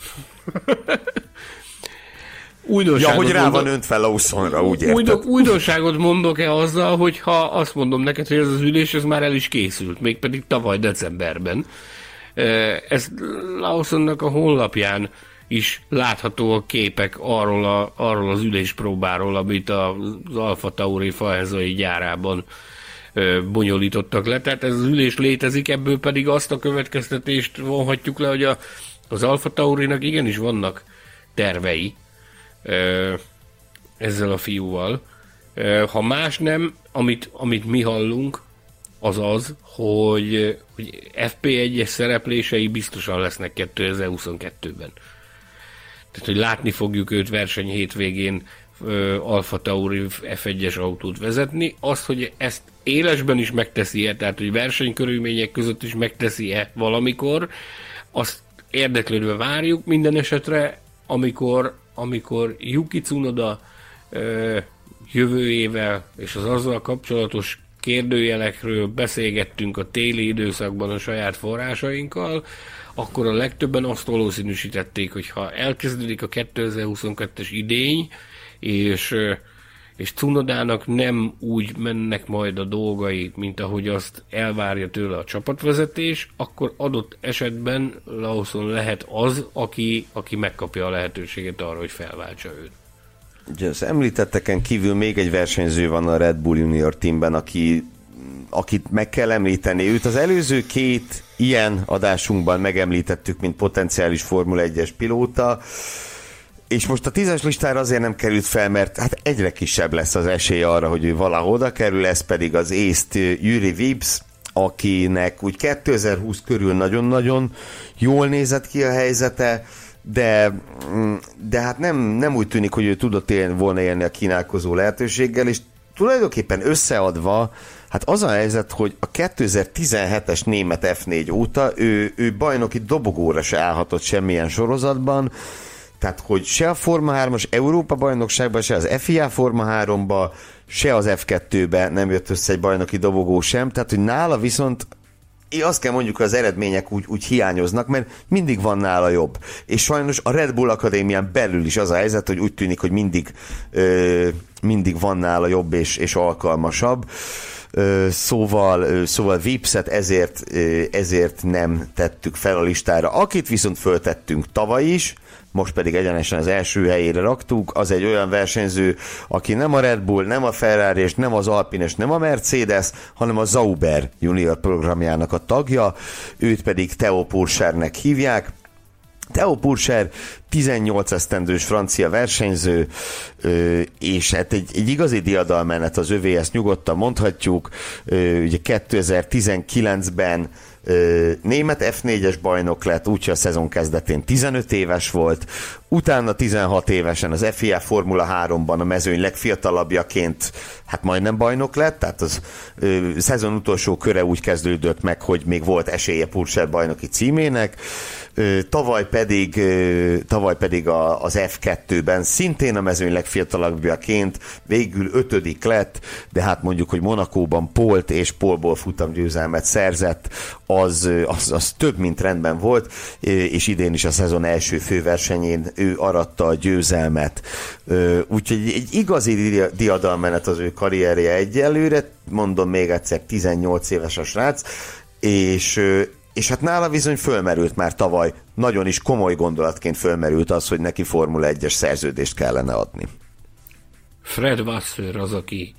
Hogy rá van öntve Lawsonra, úgy érted? Újdonságot mondok-e azzal, hogyha azt mondom neked, hogy ez az ülés, ez már el is készült, mégpedig tavaly decemberben. Ez Lawsonnak a honlapján is láthatóak képek arról az üléspróbáról, amit az Alfa Tauri Faenzai gyárában bonyolítottak le. Tehát ez az ülés létezik, ebből pedig azt a következtetést vonhatjuk le, hogy az Alfa Taurinak igenis vannak tervei ezzel a fiúval. Ha más nem, amit mi hallunk, az, hogy FP1-es szereplései biztosan lesznek 2022-ben. Tehát, hogy látni fogjuk őt verseny hétvégén Alfa Tauri F1-es autót vezetni. Azt, hogy ezt élesben is megteszi-e, tehát, hogy versenykörülmények között is megteszi-e valamikor, azt érdeklődve várjuk. Minden esetre, amikor Yuki Tsunoda jövőjével és az azzal kapcsolatos kérdőjelekről beszélgettünk a téli időszakban a saját forrásainkkal, akkor a legtöbben azt valószínűsítették, hogy ha elkezdődik a 2022-es idény, és Tsunodának nem úgy mennek majd a dolgai, mint ahogy azt elvárja tőle a csapatvezetés, akkor adott esetben Lawson lehet az, aki megkapja a lehetőséget arra, hogy felváltsa őt. Ugye az említetteken kívül még egy versenyző van a Red Bull Junior Teamben, aki akit meg kell említeni. Őt az előző 2 ilyen adásunkban megemlítettük, mint potenciális Formula 1-es pilóta, és most a 10-es listára azért nem került fel, mert hát egyre kisebb lesz az esély arra, hogy ő valahol oda kerül, ez pedig az észt Jüri Vips, akinek úgy 2020 körül nagyon-nagyon jól nézett ki a helyzete, de hát nem úgy tűnik, hogy ő tudott volna élni a kínálkozó lehetőséggel, és tulajdonképpen összeadva, hát az a helyzet, hogy a 2017-es német F4 óta ő bajnoki dobogóra se állhatott semmilyen sorozatban, tehát hogy se a Forma 3-as Európa bajnokságban, se az FIA Forma 3-ba, se az F2-be nem jött össze egy bajnoki dobogó sem, tehát hogy nála viszont azt kell mondjuk, hogy az eredmények úgy hiányoznak, mert mindig van nála jobb. És sajnos a Red Bull Akadémián belül is az a helyzet, hogy úgy tűnik, hogy mindig van nála jobb és alkalmasabb. Szóval Vipset ezért nem tettük fel a listára. Akit viszont föltettünk tavaly is, most pedig egyenesen az első helyére raktuk, az egy olyan versenyző, aki nem a Red Bull, nem a Ferrari, és nem az Alpine, és nem a Mercedes, hanem a Sauber junior programjának a tagja, őt pedig Theo Pourchaire-nek hívják. Theo Pourchaire 18 esztendős francia versenyző, és hát egy igazi diadalmenet az övé, ezt nyugodtan mondhatjuk. Ugye 2019-ben német F4-es bajnok lett, úgyhogy a szezon kezdetén 15 éves volt, utána 16 évesen az FIA Formula 3-ban a mezőny legfiatalabbjaként hát majdnem bajnok lett, tehát az szezon utolsó köre úgy kezdődött meg, hogy még volt esélye Pourchaire bajnoki címének, tavaly pedig az F2-ben szintén a mezőny legfiatalabbjaként végül 5. lett, de hát mondjuk, hogy Monacóban pólt és pólból futamgyőzelmet szerzett, az több, mint rendben volt, és idén is a szezon első főversenyén ő aratta a győzelmet. Úgyhogy egy igazi diadalmenet az ő karrierje egyelőre, mondom még egyszer, 18 éves a srác, és hát nála bizony fölmerült már tavaly, nagyon is komoly gondolatként fölmerült az, hogy neki Formula 1-es szerződést kellene adni. Fred Vasseur az,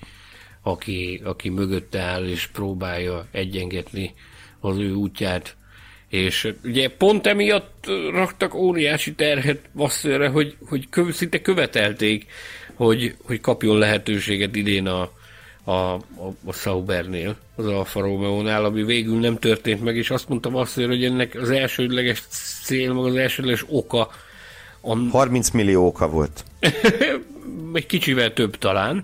aki mögötte áll és próbálja egyengetni az ő útját, és ugye pont emiatt raktak óriási terhet Vasseurre, hogy szinte követelték, hogy kapjon lehetőséget idén a Saubernél, az Alfa Romeo-nál, ami végül nem történt meg, és azt mondtam azt, hogy ennek az elsődleges cél, meg az elsődleges oka 30 millió oka volt. Egy kicsivel több talán.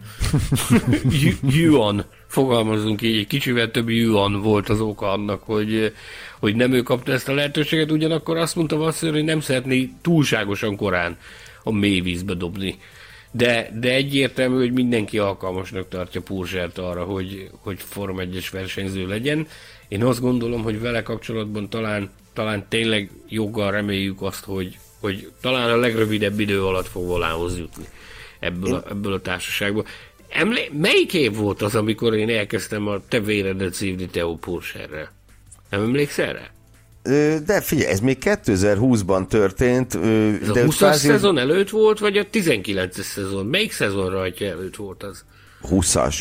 Yuan, fogalmazunk így, egy kicsivel több yuan volt az oka annak, hogy nem ő kapta ezt a lehetőséget, ugyanakkor azt mondtam azt, hogy nem szeretné túlságosan korán a mélyvízbe dobni. De egyértelmű, hogy mindenki alkalmasnak tartja Pourchaire-t arra, hogy Forma 1-es versenyző legyen. Én azt gondolom, hogy vele kapcsolatban talán tényleg joggal reméljük azt, hogy talán a legrövidebb idő alatt fog volához jutni ebből a társaságból. Melyik év volt az, amikor én elkezdtem a te véredet szívni Theo Pourchaire-rel? Nem emlékszel rá? De figyelj, ez még 2020-ban történt. Ez a 20-as szezon előtt volt, vagy a 19-es szezon? Melyik szezon rajtja előtt volt az? 20-as.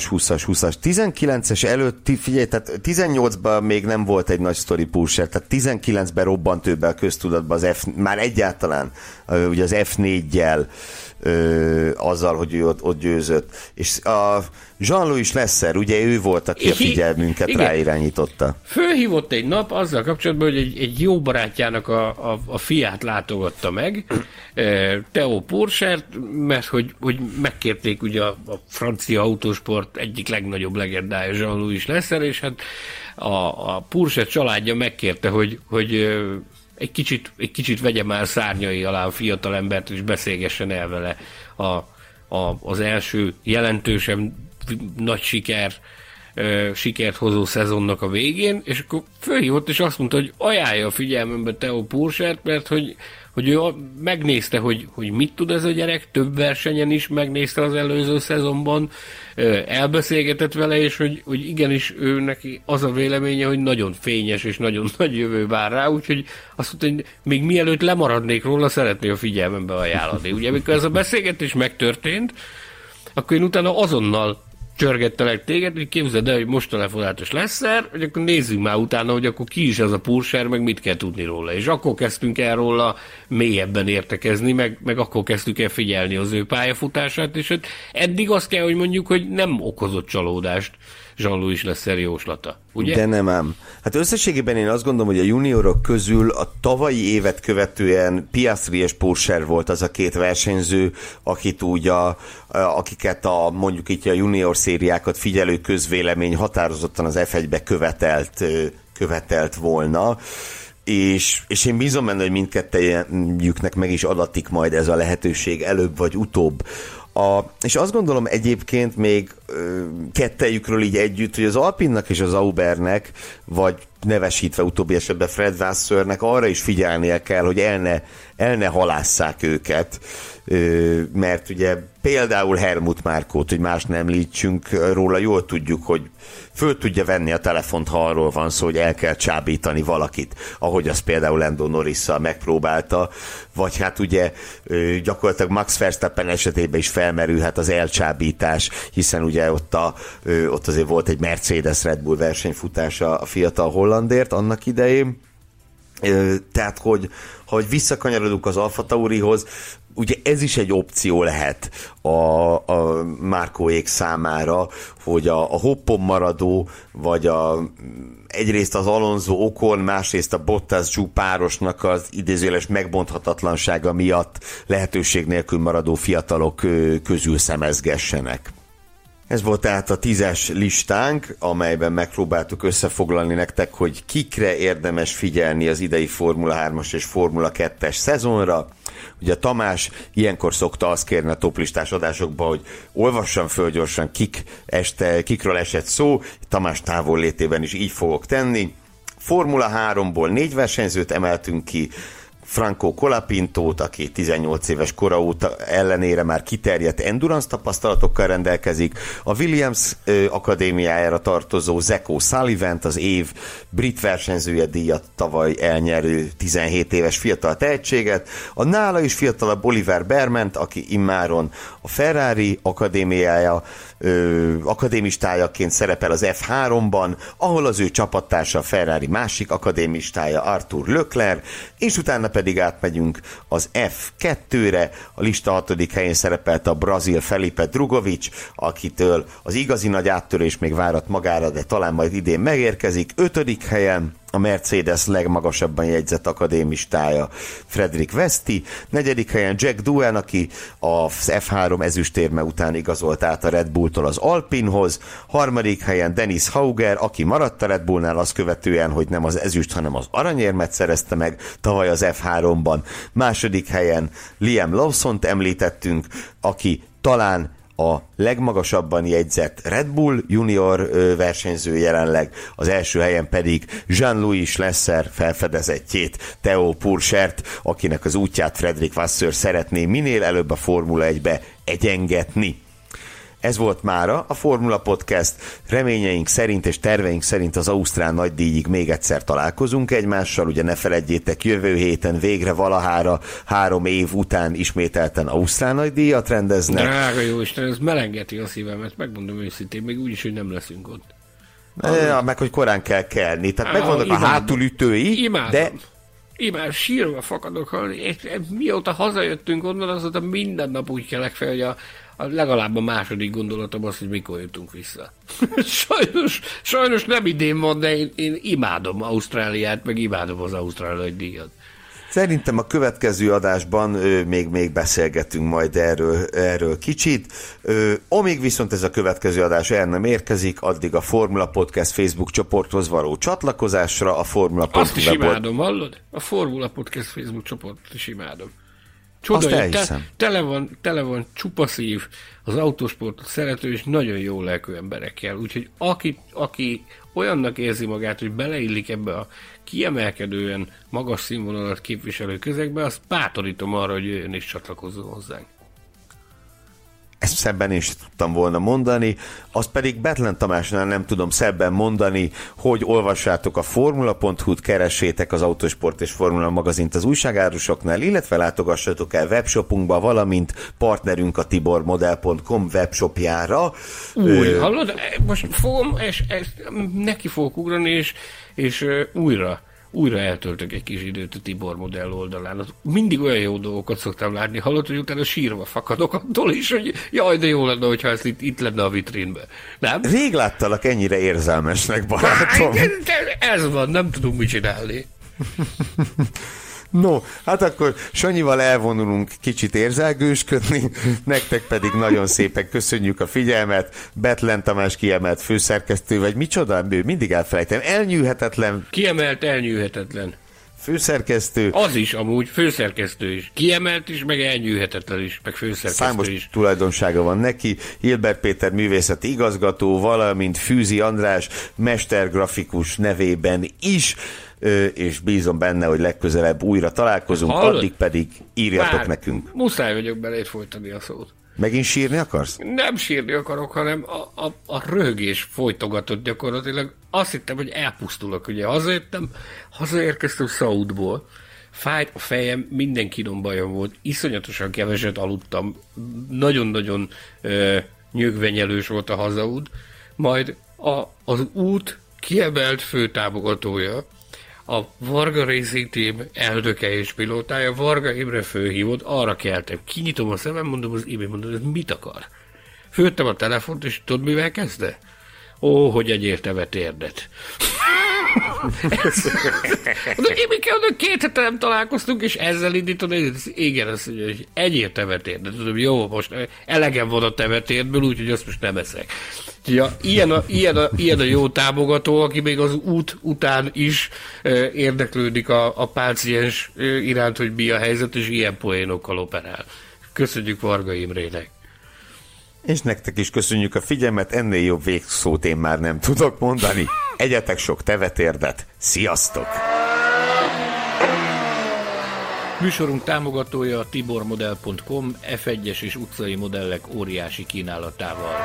19-es előtt, figyelj, tehát 18-ban még nem volt egy nagy sztori Pourchaire, tehát 19-ben robbant ő be a köztudatba már egyáltalán ugye az F4-jel, azzal, hogy ő ott győzött. És a Jean-Louis Lesser, ugye ő volt, aki a figyelmünket ráirányította. Fölhívott egy nap azzal kapcsolatban, hogy egy jó barátjának a fiát látogatta meg, Theo Pourchaire, mert hogy megkérték ugye a francia autósport egyik legnagyobb legendája Jean-Louis Lesser, és hát a Pourchaire családja megkérte, hogy egy kicsit vegye már szárnyai alá a fiatalembert, és beszélgessen el vele az első jelentősen nagy sikert hozó szezonnak a végén, és akkor fölhívott, és azt mondta, hogy ajánlja a figyelmembe Theo Pourchaire-t, mert hogy ő megnézte, hogy mit tud ez a gyerek, több versenyen is megnézte az előző szezonban, elbeszélgetett vele, és hogy igenis ő neki az a véleménye, hogy nagyon fényes és nagyon nagy jövő vár rá, úgyhogy azt mondta, hogy még mielőtt lemaradnék róla, szeretné a figyelmembe ajánlani. Ugye, amikor ez a beszélgetés megtörtént, akkor én utána azonnal csörgettelek téged, hogy képzeld el, hogy most telefonátos Lesser, hogy akkor nézzük már utána, hogy akkor ki is az a Purser, meg mit kell tudni róla. És akkor kezdtünk el róla mélyebben értekezni, meg akkor kezdtük el figyelni az ő pályafutását, és eddig azt kell, hogy mondjuk, hogy nem okozott csalódást Jean-Louis Lesser jóslata, ugye? De nem ám. Hát összességében én azt gondolom, hogy a juniorok közül a tavalyi évet követően Piastri és Purser volt az a két versenyző, akit úgy akiket mondjuk itt a junior szériákat figyelő közvélemény határozottan az F1-be követelt volna. És én bízom benne, hogy mindkettőjüknek meg is adatik majd ez a lehetőség előbb vagy utóbb. És azt gondolom egyébként még kettejükről így együtt, hogy az Alpinnak és az Saubernek, vagy nevesítve utóbbi esetben Fred Vasseurnek arra is figyelnie kell, hogy el ne halásszák őket, mert ugye például Helmut Márkót, hogy más nem említsünk róla, jól tudjuk, hogy föl tudja venni a telefont, ha arról van szó, hogy el kell csábítani valakit, ahogy az például Lando Norrisszal megpróbálta, vagy hát ugye gyakorlatilag Max Verstappen esetében is felmerülhet az elcsábítás, hiszen ugye ott azért volt egy Mercedes Red Bull versenyfutása a fiatal hollandért annak idején, tehát hogy visszakanyarodunk az Alfa Taurihoz, ugye ez is egy opció lehet a Márkóék számára, hogy a hoppon maradó, vagy egyrészt az Alonso Ocon, másrészt a Bottas-Zhou párosnak az idézőjeles megbonthatatlansága miatt lehetőség nélkül maradó fiatalok közül szemezgessenek. Ez volt tehát a 10-es listánk, amelyben megpróbáltuk összefoglalni nektek, hogy kikre érdemes figyelni az idei Formula 3-as és Formula 2-es szezonra. Ugye Tamás ilyenkor szokta azt kérni a toplistás adásokban, hogy olvassam föl gyorsan, kikről esett szó. Tamás távollétében is így fogok tenni. Formula 3-ból 4 versenyzőt emeltünk ki, Franco Colapintót, aki 18 éves kora óta ellenére már kiterjedt endurance tapasztalatokkal rendelkezik, a Williams akadémiájára tartozó Zeko Sullivant, az év brit versenyzője díjat tavaly elnyerő 17 éves fiatal tehetséget, a nála is fiatalabb Oliver Berment, aki immáron a Ferrari akadémistájaként szerepel az F3-ban, ahol az ő csapattársa a Ferrari másik akadémistája Arthur Leclerc, és utána pedig átmegyünk az F2-re, a lista 6. helyén szerepelt a brazil Felipe Drugovich, akitől az igazi nagy áttörés még várat magára, de talán majd idén megérkezik. 5. helyen a Mercedes legmagasabban jegyzett akadémistája Frederick Vesti, 4. helyen Jack Doohan, aki az F3 ezüstérme után igazolt át a Red Bulltól az Alpinhoz, 3. helyen Dennis Hauger, aki maradt a Red Bullnál azt követően, hogy nem az ezüst, hanem az aranyérmet szerezte meg tavaly az F3-ban, 2. helyen Liam Lawsont említettünk, aki talán a legmagasabban jegyzett Red Bull junior versenyző jelenleg, az első helyen pedig Jean-Louis Lesser felfedezettjét, Theo Purchert, akinek az útját Frederick Vasseur szeretné minél előbb a Formula 1-be egyengetni. Ez volt mára a Formula Podcast. Reményeink szerint és terveink szerint az ausztrál nagydíjig még egyszer találkozunk egymással. Ugye ne feledjétek, jövő héten végre valahára 3 év után ismételten ausztrál nagydíjat rendeznek. Drága jóisten, ez melengeti a szívemet, megmondom őszintén, még úgyis, hogy nem leszünk ott. Meg, hogy korán kell kelni. Tehát megvannak a hátulütői, de... Imádom, sírva fakadok, mióta hazajöttünk onnan, azóta minden nap úgy kelek fel, hogy legalább a második gondolatom az, hogy mikor jöttünk vissza. sajnos nem idén van, de én imádom Ausztráliát, meg imádom az ausztrál nagydíjat. Szerintem a következő adásban még beszélgetünk majd erről kicsit. Amíg viszont ez a következő adás el nem érkezik, addig a Formula Podcast Facebook csoporthoz való csatlakozásra, a Formula Podcast... Azt is imádom, hallod? A Formula Podcast Facebook csoportot is imádom. Csoda, tele van csupa szív, az autósportot szerető és nagyon jó lelkű emberekkel. Úgyhogy aki olyannak érzi magát, hogy beleillik ebbe a kiemelkedően magas színvonalat képviselő közegbe, azt bátorítom arra, hogy jöjjön és csatlakozzon hozzánk. ezt szebben én is tudtam volna mondani, azt pedig Betlen Tamásnál nem tudom szebben mondani, hogy olvassátok a formula.hu-t, keressétek az Autosport és Formula magazint az újságárusoknál, illetve látogassatok el webshopunkba, valamint partnerünk a tibormodel.com webshopjára. Hallod? Most fogom, és neki fogok ugrani, és újra eltöltök egy kis időt a Tibor Modell oldalán. Mindig olyan jó dolgokat szoktam látni. Hallott, hogy utána sírva fakadok attól is, hogy jaj, de jó lenne, hogyha ez itt lenne a vitrínben. Nem? Rég láttalak ennyire érzelmesnek, barátom. Ez van, nem tudunk mit csinálni. No, hát akkor Sanyival elvonulunk kicsit érzelgősködni, nektek pedig nagyon szépen köszönjük a figyelmet. Betlen Tamás kiemelt főszerkesztő, vagy micsoda? Mindig elfelejtem. Elnyűhetetlen. Kiemelt, elnyűhetetlen. Főszerkesztő. Az is amúgy, főszerkesztő is. Kiemelt is, meg elnyűhetetlen is, meg főszerkesztő számos is. tulajdonsága van neki. Hilbert Péter művészeti igazgató, valamint Fűzi András mestergrafikus nevében is, és bízom benne, hogy legközelebb újra találkozunk, addig pedig írjatok nekünk. Muszáj vagyok beléd folytani a szót. Megint sírni akarsz? Nem sírni akarok, hanem a röhögés folytogatott gyakorlatilag. Azt hittem, hogy elpusztulok. Ugye hazaérkeztem Szaúdból, fájt a fejem, minden kinom bajom volt, iszonyatosan keveset aludtam, nagyon-nagyon nyögvenyelős volt a hazaút, majd az út kiemelt főtámogatója, a Varga Racing Team elnöke és pilótája, Varga Imre fölhívott, arra keltem. Kinyitom a szemem, mondom az Imi, mondom, ez mit akar? Föltem a telefont, és tudod, mivel kezdte? Ó, hogy egyél tevetérdet. Imike, 2 hete nem találkoztunk, és ezzel indítod, igen, azt mondja, hogy egyél tevetérdet. Tudom, jó, most elegem van a tevetérdből, úgyhogy azt most nem eszek. Ja, ilyen a jó támogató, aki még az út után is érdeklődik a páciens iránt, hogy mi a helyzet, és ilyen poénokkal operál. Köszönjük Varga Imrének. És nektek is köszönjük a figyelmet, ennél jobb végszót én már nem tudok mondani. Egyetek sok tevetérdet, sziasztok! Műsorunk támogatója a tibormodel.com F1-es és utcai modellek óriási kínálatával.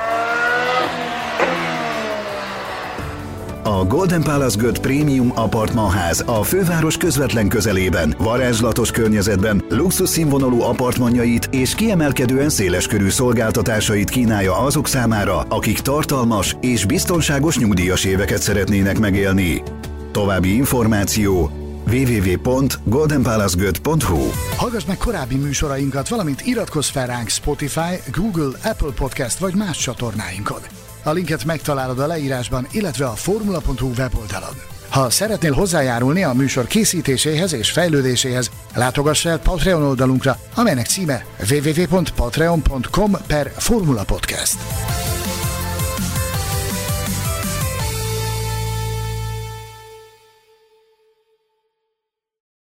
A Golden Palace Göt Prémium Apartmanház a főváros közvetlen közelében, varázslatos környezetben luxus színvonalú apartmanjait és kiemelkedően széleskörű szolgáltatásait kínálja azok számára, akik tartalmas és biztonságos nyugdíjas éveket szeretnének megélni. További információ www.goldenpalacegöt.hu. Hallgass meg korábbi műsorainkat, valamint iratkozz fel ránk Spotify, Google, Apple Podcast vagy más csatornáinkon. A linket megtalálod a leírásban, illetve a formula.hu weboldalon. Ha szeretnél hozzájárulni a műsor készítéséhez és fejlődéséhez, látogass el Patreon oldalunkra, amelynek címe www.patreon.com/formulapodcast.